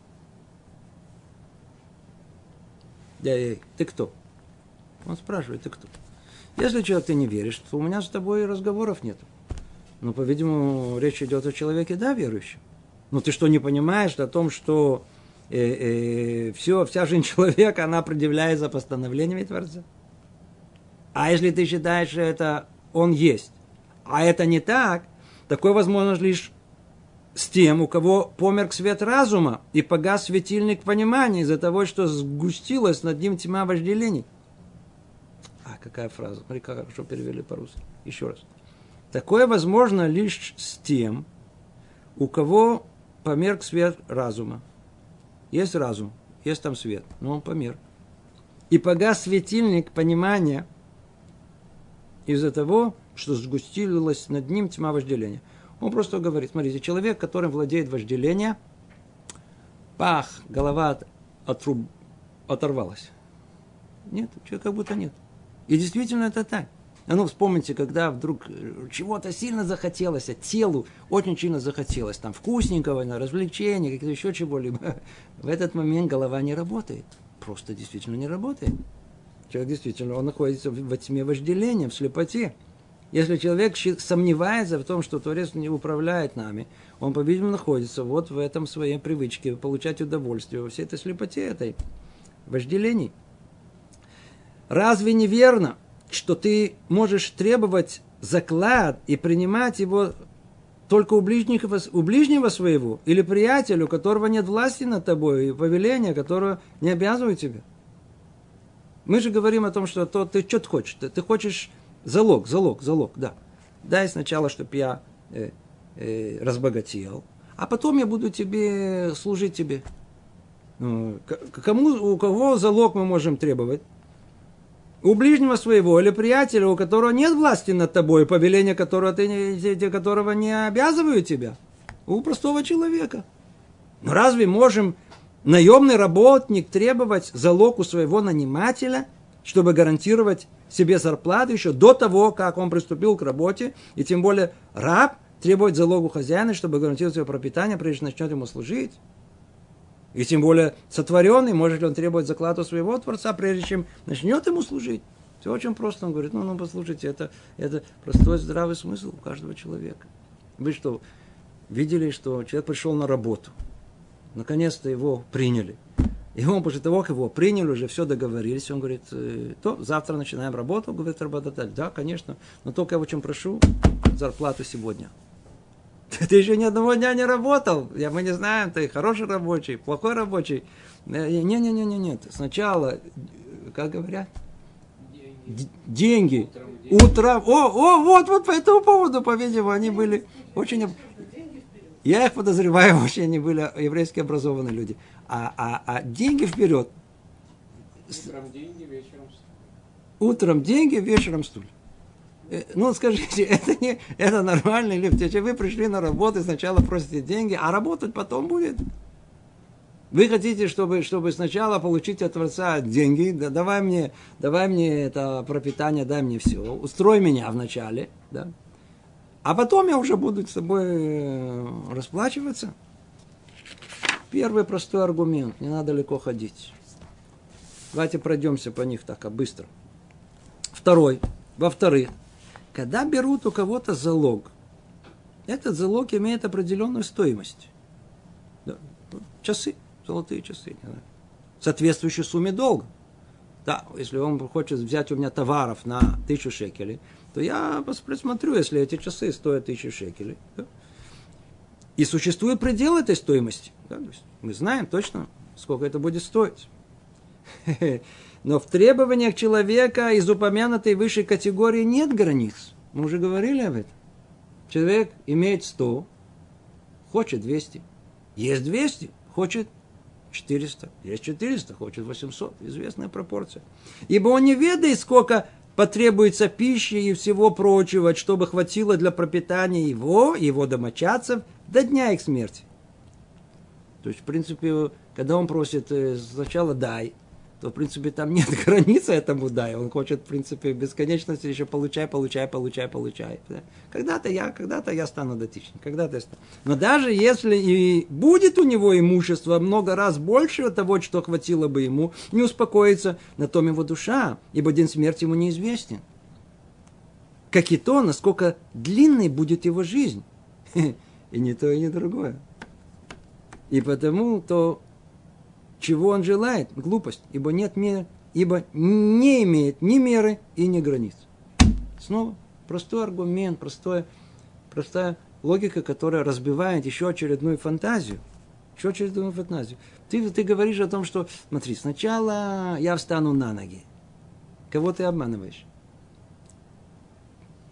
Ты кто? Он спрашивает, ты кто? Если человек ты не веришь, то у меня с тобой разговоров нет. Но, по-видимому, речь идет о человеке, да, верующем. Но ты что, не понимаешь о том, что вся жизнь человека, она определяется постановлениями Творца? А если ты считаешь, что это он есть, а это не так, такое возможно лишь с тем, у кого померк свет разума и погас светильник понимания из-за того, что сгустилась над ним тьма вожделений. какая фраза. Смотри, как хорошо перевели по-русски. Еще раз. Такое возможно лишь с тем, у кого померк свет разума. Есть разум, есть там свет, но он померк. И погас светильник понимания из-за того, что сгустилась над ним тьма вожделения. Он просто говорит, смотрите, человек, которым владеет вожделение, пах, голова оторвалась. Нет, человека как будто нет. И действительно это так. А ну, вспомните, когда вдруг чего-то сильно захотелось, а телу очень сильно захотелось, там, вкусненького, на развлечения, какие-то еще чего-либо. В этот момент голова не работает. Просто действительно не работает. Человек действительно, он находится во тьме вожделения, в слепоте. Если человек сомневается в том, что Творец не управляет нами, он, по-видимому, находится вот в этом своей привычке получать удовольствие, во всей этой слепоте, этой вожделении. Разве не верно, что ты можешь требовать заклад и принимать его только у ближнего своего или приятеля, у которого нет власти над тобой, и повеления, которое не обязывает тебя? Мы же говорим о том, что ты что ты хочешь? Ты хочешь залог, да. Дай сначала, чтобы я разбогател, а потом я буду служить тебе. У кого залог мы можем требовать? У ближнего своего или приятеля, у которого нет власти над тобой, повеления которого не обязывают тебя. У простого человека. Но разве можем наемный работник требовать залог у своего нанимателя, чтобы гарантировать себе зарплату еще до того, как он приступил к работе, и тем более раб требует залог у хозяина, чтобы гарантировать свое пропитание, прежде чем начнет ему служить? И тем более сотворенный, может ли он требовать заклад у своего Творца, прежде чем начнет ему служить? Все очень просто. Он говорит, послушайте, это простой здравый смысл у каждого человека. Вы что, видели, что человек пришел на работу, наконец-то его приняли. И он после того, как его приняли, уже все договорились, он говорит, завтра начинаем работу, говорит работодатель. Да, конечно, но только я очень прошу зарплату сегодня. Ты еще ни одного дня не работал. Мы не знаем, ты хороший рабочий, плохой рабочий. Нет. Сначала, как говорят? Деньги. Утром. Вот по этому поводу, по-видимому, они были очень... Я их подозреваю, вообще они были еврейски образованные люди. А деньги вперед. Утром деньги, вечером стулья. Утром деньги, вечером стулья. Скажите, это нормально или вы пришли на работу и сначала просите деньги, а работать потом будет? Вы хотите, чтобы сначала получить от Творца деньги, давай мне это пропитание, дай мне все, устрой меня вначале, да? А потом я уже буду с собой расплачиваться. Первый простой аргумент, не надо далеко ходить. Давайте пройдемся по них так, быстро. Второй, во-вторых, когда берут у кого-то залог, этот залог имеет определенную стоимость. Да. Часы, золотые часы, соответствующей сумме долга. Да, если он хочет взять у меня товаров на 1000 шекелей, то я посмотрю, если эти часы стоят 1000 шекелей. Да. И существует предел этой стоимости. Да, то есть мы знаем точно, сколько это будет стоить. Но в требованиях человека из упомянутой высшей категории нет границ. Мы уже говорили об этом. Человек имеет 100, хочет 200. Есть 200, хочет 400. Есть 400, хочет 800. Известная пропорция. Ибо он не ведает, сколько потребуется пищи и всего прочего, чтобы хватило для пропитания его домочадцев до дня их смерти. То есть, в принципе, когда он просит сначала дай, то, в принципе, там нет границы этому дай. Он хочет, в принципе, в бесконечности еще получай. Да? Когда-то я стану дотичным. Но даже если и будет у него имущество много раз больше того, что хватило бы ему, не успокоится на том его душа, ибо день смерти ему неизвестен. Как и то, насколько длинной будет его жизнь. И не то, и не другое. И потому то... Чего он желает? Глупость. Ибо не имеет ни меры и ни границ. Снова простой аргумент, простая логика, которая разбивает еще очередную фантазию. Ты говоришь о том, что, смотри, сначала я встану на ноги. Кого ты обманываешь?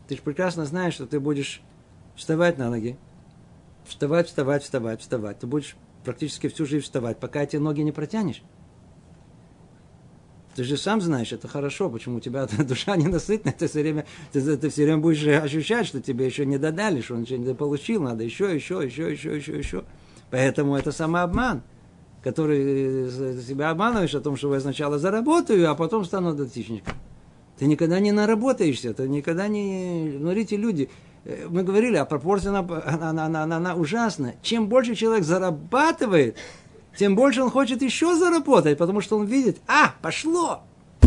Ты же прекрасно знаешь, что ты будешь вставать на ноги. Вставать. Ты будешь практически всю жизнь вставать, пока эти ноги не протянешь. Ты же сам знаешь, это хорошо, почему у тебя душа ненасытная, ты все время будешь ощущать, что тебе еще не додали, что он еще не получил, надо еще. Поэтому это самообман, который себя обманываешь о том, что я сначала заработаю, а потом стану датичником. Ты никогда не наработаешься, ты никогда не... Смотрите, люди, мы говорили, а пропорция, она ужасна. Чем больше человек зарабатывает, тем больше он хочет еще заработать, потому что он видит, пошло.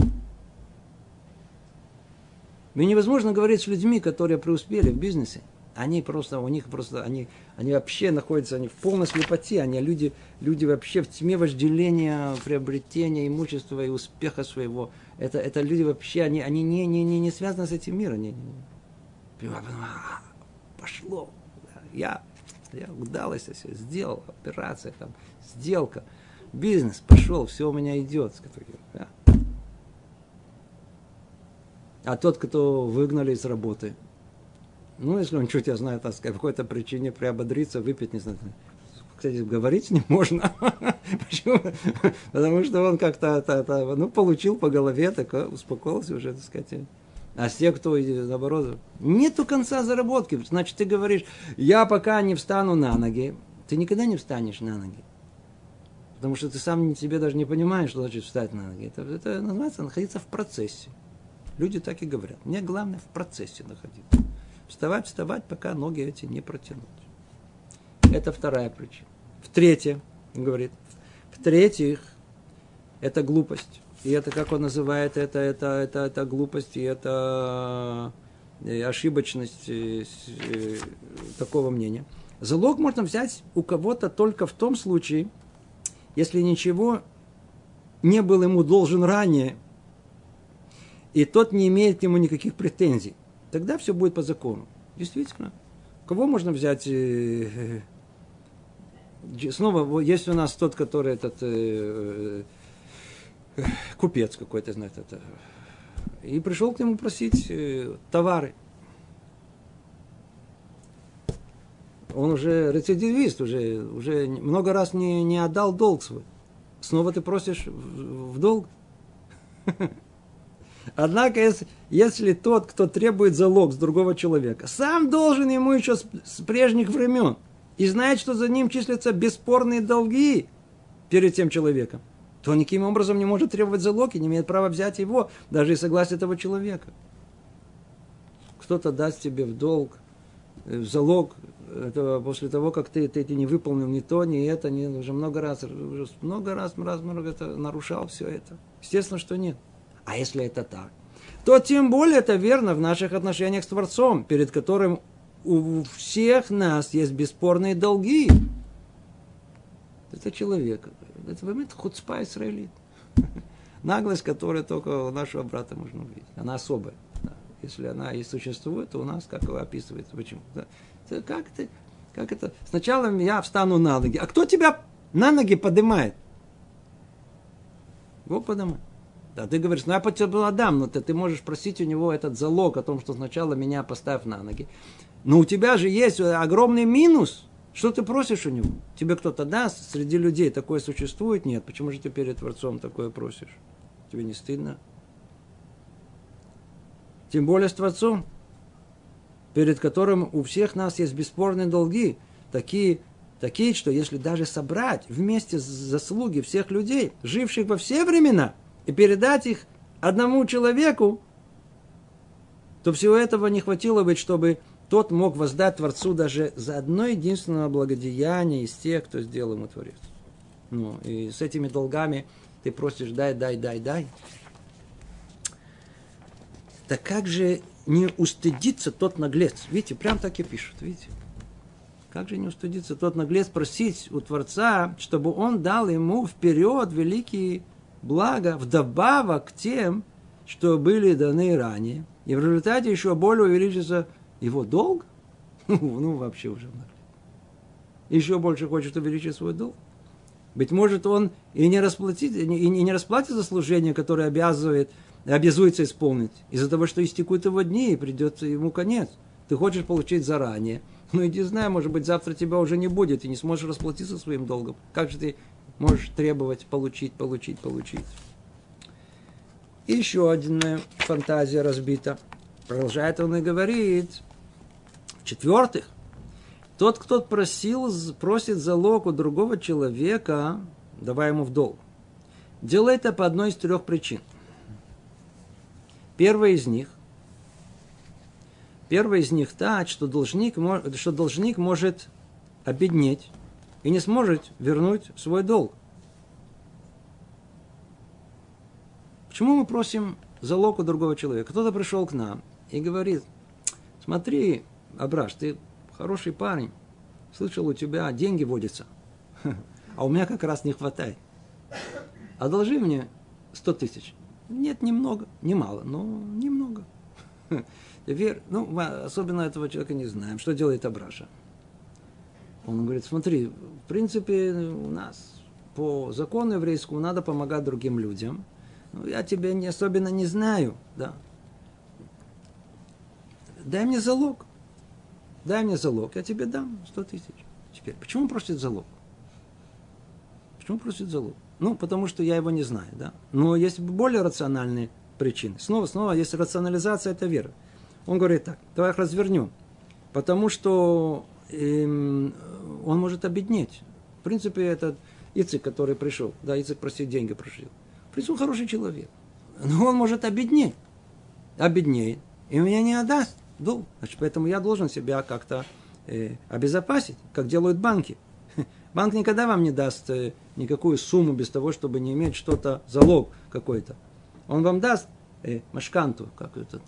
И невозможно говорить с людьми, которые преуспели в бизнесе. Они вообще находятся, они в полной слепоте, они люди вообще в тьме вожделения, приобретения имущества и успеха своего. Это люди вообще, они не связаны с этим миром. Пошло. Я удалось, все сделал, операция, там, сделка, бизнес, пошел, все у меня идет. Да. А тот, кто выгнали с работы, если он чуть, я знаю, по какой-то причине приободриться, выпить, не знаю. Кстати, говорить не можно. Почему? Потому что он как-то, получил по голове, так успокоился уже, так сказать. А с тех, кто, наоборот, нету конца заработки. Значит, ты говоришь, я пока не встану на ноги. Ты никогда не встанешь на ноги. Потому что ты сам себе даже не понимаешь, что значит встать на ноги. Это называется находиться в процессе. Люди так и говорят. Мне главное в процессе находиться. Вставать, пока ноги эти не протянут. Это вторая причина. В-третьих, это глупость. И это, как он называет, это глупость, и это ошибочность такого мнения. Залог можно взять у кого-то только в том случае, если ничего не был ему должен ранее, и тот не имеет к нему никаких претензий. Тогда все будет по закону. Действительно. Кого можно взять? Снова есть у нас тот, который купец какой-то, знает это. И пришел к нему просить товары. Он уже рецидивист, уже много раз не отдал долг свой. Снова ты просишь в долг? Однако, если тот, кто требует залог с другого человека, сам должен ему еще с прежних времен и знает, что за ним числятся бесспорные долги перед тем человеком, то никаким образом не может требовать залог и не имеет права взять его, даже и согласие этого человека. Кто-то даст тебе в долг, в залог, это после того, как ты не выполнил ни то, ни это, уже много раз это нарушал все это. Естественно, что нет. А если это так, то тем более это верно в наших отношениях с Творцом, перед которым у всех нас есть бесспорные долги. Это человек. Это хуцпа израилит. Наглость, которая только у нашего брата можно увидеть. Она особая. Да. Если она и существует, то у нас, как его описывается, почему? Да. Как это? Сначала я встану на ноги. А кто тебя на ноги поднимает? Бог поднимает. Да, ты говоришь, я по тебе отдам, но ты можешь просить у него этот залог о том, что сначала меня поставь на ноги. Но у тебя же есть огромный минус. Что ты просишь у него? Тебе кто-то даст? Среди людей такое существует? Нет. Почему же ты перед Творцом такое просишь? Тебе не стыдно? Тем более с Творцом, перед которым у всех нас есть бесспорные долги. Такие, что если даже собрать вместе заслуги всех людей, живших во все времена, и передать их одному человеку, то всего этого не хватило бы, чтобы тот мог воздать Творцу даже за одно единственное благодеяние из тех, кто сделал ему Творец. И с этими долгами ты просишь дай. Так как же не устыдится тот наглец? Видите, прям так и пишут, видите? Как же не устыдится тот наглец просить у Творца, чтобы он дал ему вперед великие блага, вдобавок к тем, что были даны ранее. И в результате еще более увеличится его долг. Вообще уже. Еще больше хочет увеличить свой долг. Быть может, он и не расплатит за служение, которое обязывает обязуется исполнить. Из-за того, что истекут его дни, и придет ему конец. Ты хочешь получить заранее. Ну, иди знай, может быть, завтра тебя уже не будет, и не сможешь расплатиться своим долгом. Как же ты можешь требовать получить? И еще одна фантазия разбита. Продолжает он и говорит. В-четвертых, тот, кто просит залог у другого человека, давая ему в долг, делает это по одной из трех причин. Первая из них та, что должник может обеднеть и не сможет вернуть свой долг. Почему мы просим залог у другого человека? Кто-то пришел к нам и говорит: смотри, Абраш, ты хороший парень, слышал, у тебя деньги водятся, а у меня как раз не хватает. Одолжи мне 100 тысяч. Нет, немного, немало, но немного. Теперь, особенно этого человека не знаем. Что делает Абраша? Он говорит: смотри, в принципе, у нас по закону еврейскому надо помогать другим людям. Я тебя особенно не знаю, да. Дай мне залог, я тебе дам 100 тысяч. Теперь, почему он просит залог? Потому что я его не знаю, да. Но есть более рациональные причины. Снова, есть рационализация, это вера. Он говорит так: давай их развернем. Потому что он может обеднеть. В принципе, этот Ицик, который пришел, да, Ицик просить деньги пришел. В принципе, он хороший человек. Но он может обеднеть. Обеднеет. И меня не отдаст долг. Значит, поэтому я должен себя как-то обезопасить, как делают банки. Банк никогда вам не даст никакую сумму без того, чтобы не иметь что-то, залог какой-то. Он вам даст машканту, как это,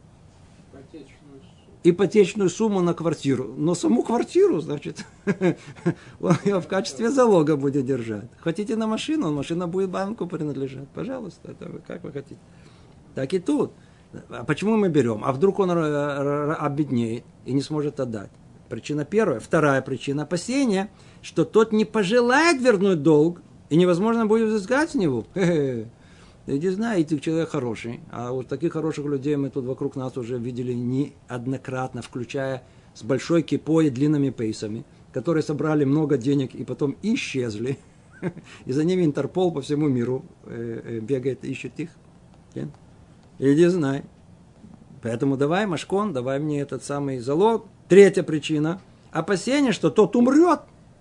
ипотечную сумму на квартиру. Но саму квартиру, значит, он ее в качестве залога будет держать. Хотите на машину, машина будет банку принадлежать. Пожалуйста, это как вы хотите. Так и тут. А почему мы берем? А вдруг он обеднеет и не сможет отдать? Причина первая. Вторая причина — опасения, что тот не пожелает вернуть долг, и невозможно будет взыскать с него. Иди знай, ты человек хороший. А вот таких хороших людей мы тут вокруг нас уже видели неоднократно, включая с большой кипой и длинными пейсами, которые собрали много денег и потом исчезли. И за ними Интерпол по всему миру бегает, ищет их. Иди знай. Поэтому давай, Машкон, давай мне этот самый залог. Третья причина — опасение, что тот умрет.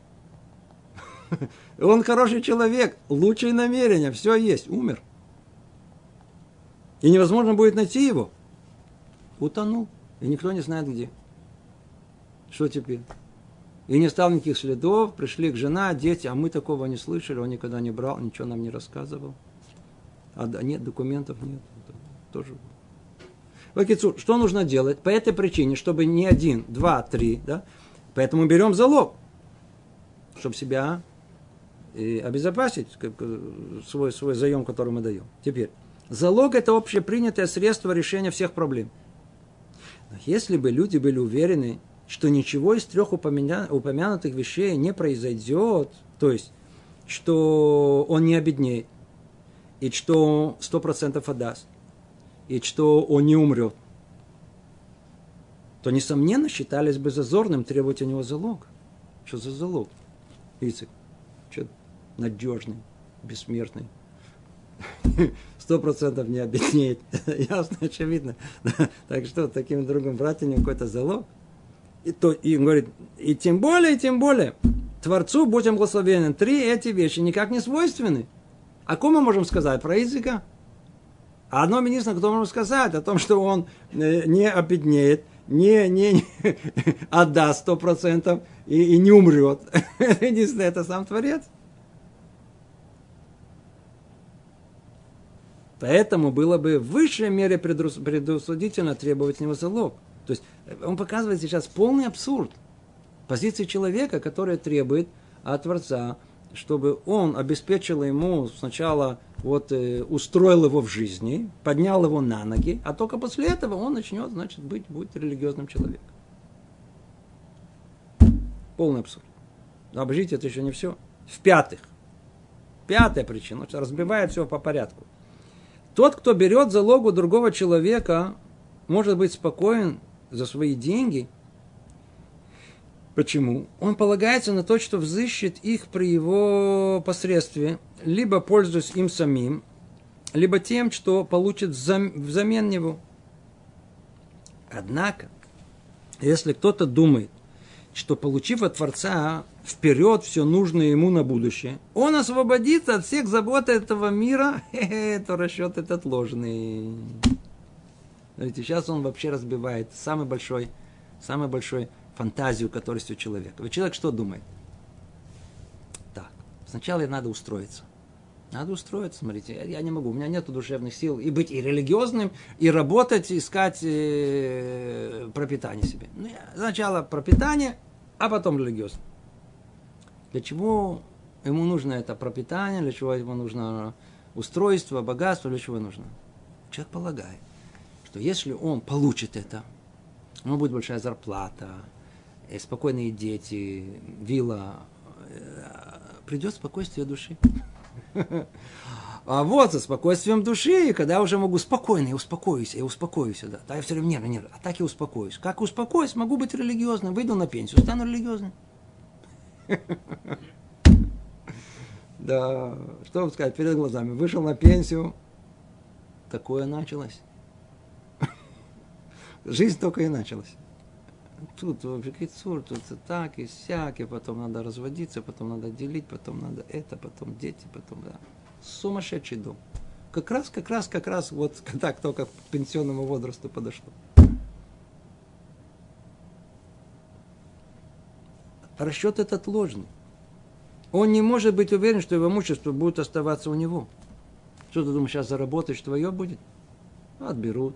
Он хороший человек, лучшие намерения, все есть, умер. И невозможно будет найти его. Утонул. И никто не знает где. Что теперь? И не стало никаких следов, пришли к жена, дети, а мы такого не слышали, он никогда не брал, ничего нам не рассказывал. А нет, документов нет. Тоже. Вакицур, что нужно делать? По этой причине, чтобы не 1, 2, 3, да? Поэтому берем залог, чтобы себя обезопасить, свой заем, который мы даем. Теперь, залог — это общепринятое средство решения всех проблем. Но если бы люди были уверены, что ничего из трех упомянутых вещей не произойдет, то есть, что он не обеднеет, и что 100% отдаст, и что он не умрет, то, несомненно, считались бы зазорным требовать у него залог. Что за залог? Ицик, что надежный, бессмертный. 100% не обеднеет. Ясно, очевидно. Так что, таким другим брать у него какой-то залог. И он говорит, и тем более, Творцу, будь он благословенен, 3 эти вещи никак не свойственны. О ком мы можем сказать? Про Ицика? А одно единственное, кто можем сказать, о том, что он не обеднеет, не отдаст 100% и не умрет. Единственное, это сам Творец. Поэтому было бы в высшей мере предусудительно требовать с него залог. То есть он показывает сейчас полный абсурд позиции человека, который требует от Творца, чтобы он обеспечил ему сначала, устроил его в жизни, поднял его на ноги, а только после этого он начнет, быть религиозным человеком. Полный абсурд. Но обождите, это еще не все. В-пятых, пятая причина, разбивает все по порядку. Тот, кто берет залог у другого человека, может быть спокоен за свои деньги. Почему? Он полагается на то, что взыщет их при его посредстве, либо пользуясь им самим, либо тем, что получит взамен него. Однако, если кто-то думает, что, получив от Творца вперед все нужное ему на будущее, он освободится от всех забот этого мира, то расчет этот ложный. Смотрите, сейчас он вообще разбивает самый большой фантазию, которая есть у человека. Ведь человек что думает? Так, сначала надо устроиться. Надо устроиться, смотрите, я не могу, у меня нет душевных сил и быть и религиозным, и работать, искать пропитание себе. Сначала пропитание, а потом религиозно. Для чего ему нужно это пропитание, для чего ему нужно устройство, богатство, для чего нужно? Человек полагает, что если он получит это, у него будет большая зарплата, спокойные дети, вилла, придет спокойствие души. А вот со спокойствием души, когда уже могу спокойно, я успокоюсь, да. Да, я все время нервно, а так я успокоюсь. Как успокоюсь, могу быть религиозным, выйду на пенсию, стану религиозным. Да, что вам сказать, перед глазами, вышел на пенсию, такое началось. Жизнь только и началась. Тут тут так и сяк, и потом надо разводиться, потом надо делить, потом надо это, потом дети, потом да. Сумасшедший дом. Как раз, вот так только к пенсионному возрасту подошло. Расчет этот ложный. Он не может быть уверен, что его имущество будет оставаться у него. Что ты думаешь, сейчас заработаешь, твое будет? Отберут.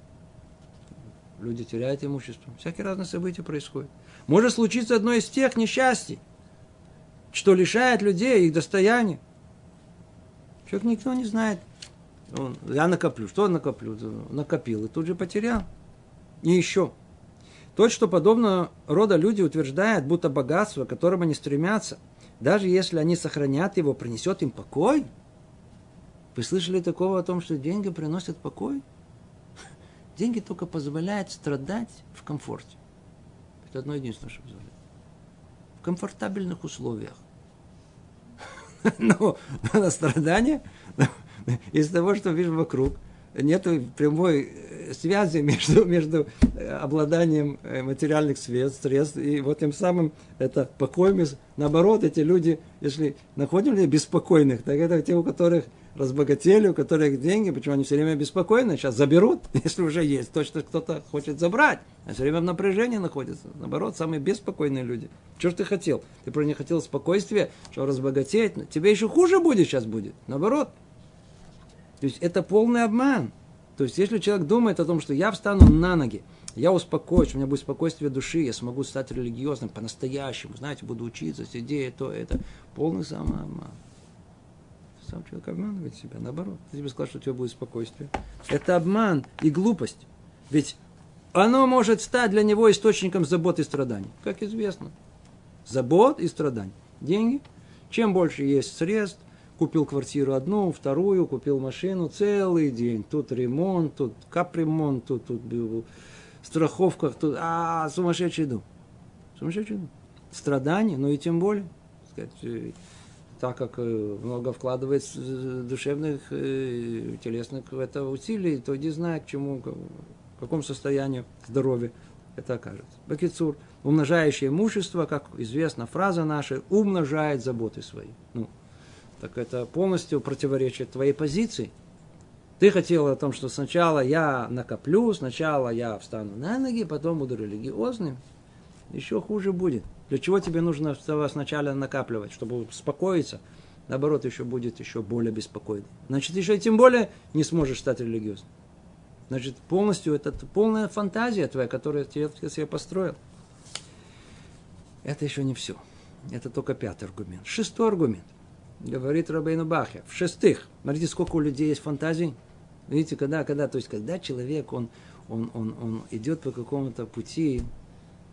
Люди теряют имущество. Всякие разные события происходят. Может случиться одно из тех несчастий, что лишает людей их достояния. Человек никто не знает. Я накоплю. Что накоплю? Накопил и тут же потерял. И еще. То, что подобного рода люди утверждают, будто богатство, к которому они стремятся, даже если они сохранят его, принесет им покой. Вы слышали такого о том, что деньги приносят покой? Деньги только позволяют страдать в комфорте. Это одно единственное, что позволяет. В комфортабельных условиях. Но на страдание из того, что видишь вокруг, нет прямой связи между обладанием материальных средств и вот тем самым это покой. Наоборот, эти люди, если находим людей беспокойных, так это те, у которых разбогатели, у которых деньги, почему они все время беспокойны, сейчас заберут, если уже есть, то, что кто-то хочет забрать, а все время в напряжении находятся. Наоборот, самые беспокойные люди. Что ж ты хотел? Ты просто не хотел спокойствия, что разбогатеть, тебе еще хуже будет сейчас будет. Наоборот. То есть это полный обман. То есть если человек думает о том, что я встану на ноги, я успокоюсь, у меня будет спокойствие души, я смогу стать религиозным по-настоящему, знаете, буду учиться, сидеть, то, это, полный самообман. Сам человек обманывает себя, наоборот. Я тебе сказал, что у тебя будет спокойствие. Это обман и глупость. Ведь оно может стать для него источником забот и страданий. Как известно. Забот и страданий. Деньги. Чем больше есть средств, купил квартиру одну, вторую, купил машину, целый день. Тут ремонт, тут капремонт, тут страховка, тут сумасшедший дом. Сумасшедший дом. Страдания, но и тем более, сказать, так как много вкладывает душевных, телесных в это усилий, то не знаю, к чему, в каком состоянии здоровья это окажется. Бакицур, умножающее имущество, как известна фраза наша, умножает заботы свои. Так это полностью противоречит твоей позиции. Ты хотел о том, что сначала я накоплю, сначала я встану на ноги, потом буду религиозным. Еще хуже будет. Для чего тебе нужно сначала накапливать, чтобы успокоиться? Наоборот, еще будет еще более беспокойно. Значит, еще и тем более не сможешь стать религиозным. Значит, полностью это полная фантазия твоя, которую ты себе построил. Это еще не все. Это только 5-й аргумент. 6-й аргумент. Говорит Рабейну Бахья. В-шестых, смотрите, сколько у людей есть фантазий. Видите, когда человек, он идет по какому-то пути,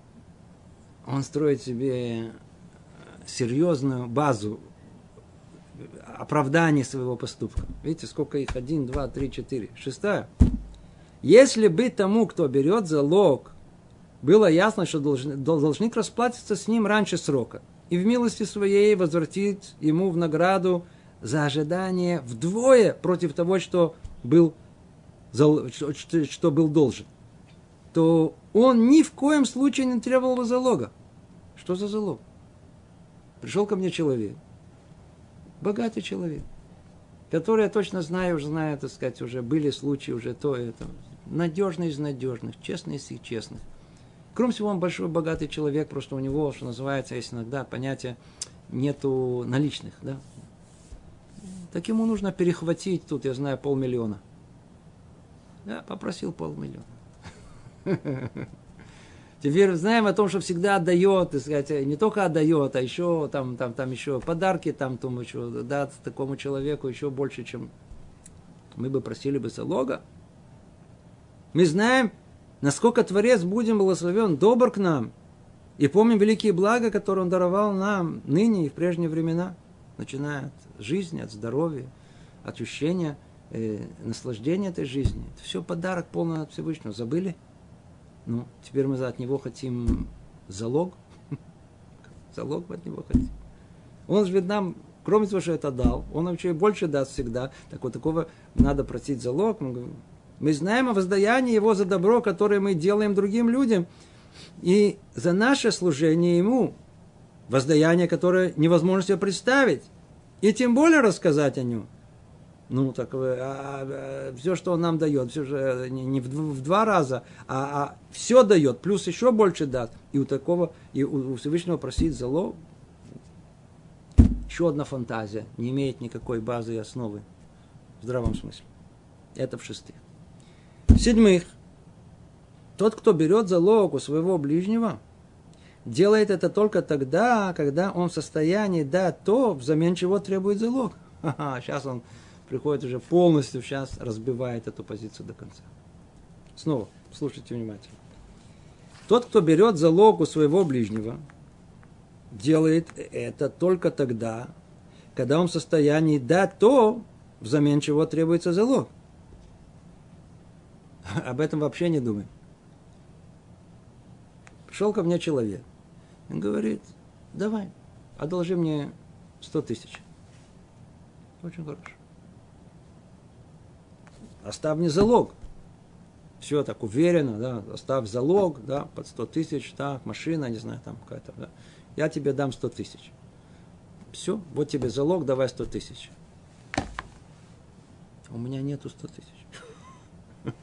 он строит себе серьезную базу оправдание своего поступка. Видите, сколько их? 1, 2, 3, 4. 6. Если бы тому, кто берет залог, было ясно, что должник расплатится с ним раньше срока и в милости своей возвратит ему в награду за ожидание вдвое против того, что был должен, то он ни в коем случае не требовал бы залога. Что за залог? Пришел ко мне человек, богатый человек, который, я точно знаю, так сказать, уже были случаи, уже то, это, надежный из надежных, честный из честных. Кроме всего, он большой, богатый человек, просто у него, что называется, есть иногда понятие, нету наличных, да. Так ему нужно перехватить, тут, я знаю, 500 000. Да, попросил 500 000. Теперь знаем о том, что всегда отдает, так сказать, не только отдает, а еще там еще подарки тому еще дать такому человеку еще больше, чем мы бы просили бы залога. Мы знаем, насколько Творец, будем благословен, добр к нам. И помним великие блага, которые Он даровал нам ныне и в прежние времена, начиная от жизни, от здоровья, от ощущения, наслаждения этой жизни. Это все подарок полный от Всевышнего. Забыли? Ну, теперь мы от него хотим залог. Залог мы от него хотим. Он же ведь нам, кроме того, что это дал, он нам еще и больше даст всегда. Так вот, такого надо просить залог. Мы знаем о воздаянии его за добро, которое мы делаем другим людям. И за наше служение ему, воздаяние, которое невозможно себе представить. И тем более рассказать о нем. Ну, так, все, что он нам дает, все же не в 2 раза, а все дает, плюс еще больше даст. И у такого, и у Всевышнего просить залог, еще одна фантазия, не имеет никакой базы и основы в здравом смысле. Это в 6. В 7. Тот, кто берет залог у своего ближнего, делает это только тогда, когда он в состоянии дать то, взамен чего требует залог. Сейчас он приходит уже полностью, сейчас разбивает эту позицию до конца. Снова, слушайте внимательно. Тот, кто берет залог у своего ближнего, делает это только тогда, когда он в состоянии дать то, взамен чего требуется залог. Об этом вообще не думаем. Пришел ко мне человек. Он говорит, давай, одолжи мне 100 000. Очень хорошо. Оставь мне залог. Все так уверенно, да, оставь залог, да, под 100 000, так, машина, не знаю, там какая-то, да. Я тебе дам 100 000. Все, вот тебе залог, давай 100 000. У меня нету 100 000.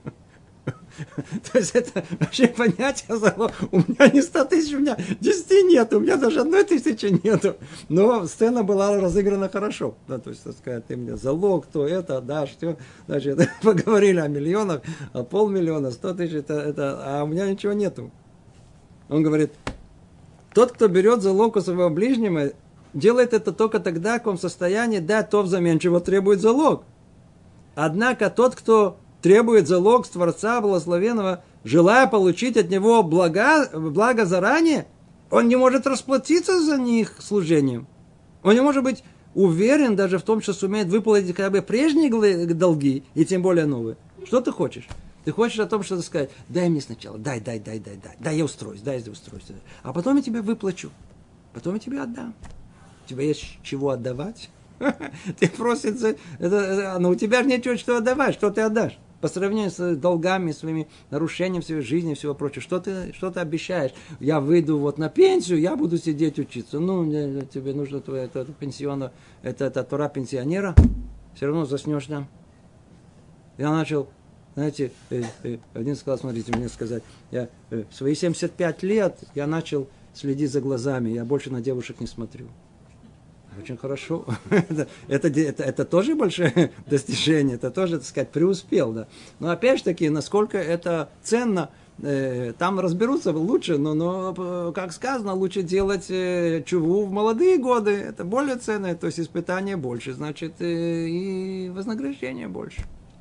То есть это вообще понятие залог. У меня не 100 000, у меня 10 нет, у меня даже 1 000 нету. Но сцена была разыграна хорошо. Да, то есть, так сказать, ты мне залог, то это, да, что. Значит, поговорили о миллионах, о 500 000, 100 000, а у меня ничего нету. Он говорит, тот, кто берет залог у своего ближнего, делает это только тогда, как он в состоянии дать то взамен, чего требует залог. Однако тот, кто требует залог с Творца Благословенного, желая получить от него благо заранее, он не может расплатиться за них служением. Он не может быть уверен даже в том, что сумеет выплатить хотя бы прежние долги, и тем более новые. Что ты хочешь? Ты хочешь о том, что сказать, дай мне сначала, дай, я устроюсь, а потом я тебе выплачу, потом я тебе отдам. У тебя есть чего отдавать? Ты просишь, но у тебя же нечего что отдавать, что ты отдашь? По сравнению с долгами, своими нарушениями своей жизни и всего прочего. Что ты обещаешь? Я выйду вот на пенсию, я буду сидеть учиться. Ну, тебе нужно это пенсионное, это Тора пенсионера. Все равно заснешь там. Я начал, знаете, один сказал, смотрите, мне сказать, я в свои 75 лет я начал следить за глазами, я больше на девушек не смотрю. Очень хорошо. Это тоже большое достижение, это тоже, так сказать, преуспел. Да. Но опять же таки, насколько это ценно, там разберутся лучше, но, как сказано, лучше делать чуву в молодые годы, это более ценно, то есть испытание больше, значит, и вознаграждение больше.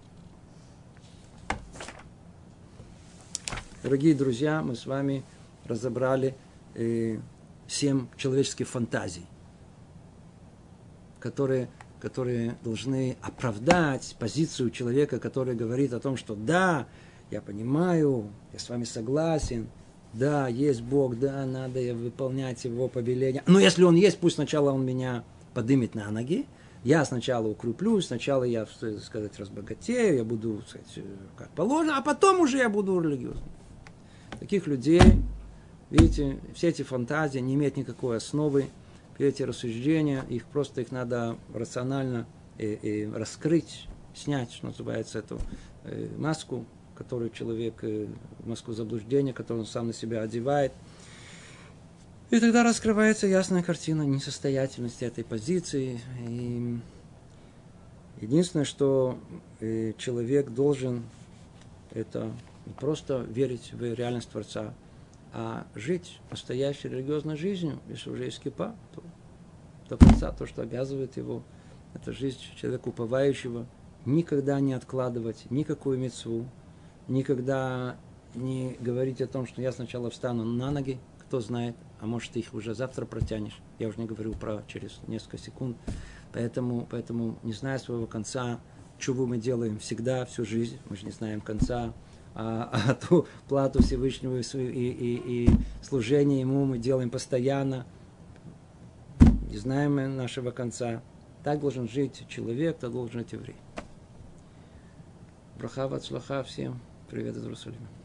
Дорогие друзья, мы с вами разобрали 7 человеческих фантазий, которые должны оправдать позицию человека, который говорит о том, что да, я понимаю, я с вами согласен, да, есть Бог, да, надо выполнять Его повеления. Но если Он есть, пусть сначала Он меня поднимет на ноги. Я сначала укреплюсь, сначала я, так сказать, разбогатею, я буду, так сказать, как положено, а потом уже я буду религиозным. Таких людей, видите, все эти фантазии не имеют никакой основы, все эти рассуждения, их надо рационально раскрыть, снять, что называется, эту маску, которую человек, маску заблуждения, которую он сам на себя одевает. И тогда раскрывается ясная картина несостоятельности этой позиции. И единственное, что человек должен, это не просто верить в реальность Творца, а жить настоящей религиозной жизнью. Если уже есть кипа, то до конца то, что обязывает его, это жизнь человека уповающего, никогда не откладывать никакую мицву, никогда не говорить о том, что я сначала встану на ноги, кто знает, а может ты их уже завтра протянешь. Я уже не говорю про через несколько секунд. Поэтому не зная своего конца, чуву мы делаем всегда, всю жизнь, мы же не знаем конца, а ту плату Всевышнего и служение Ему мы делаем постоянно, не знаем мы нашего конца. Так должен жить человек, так должен жить еврей. Браха вацлаха всем. Привет из Иерусалима.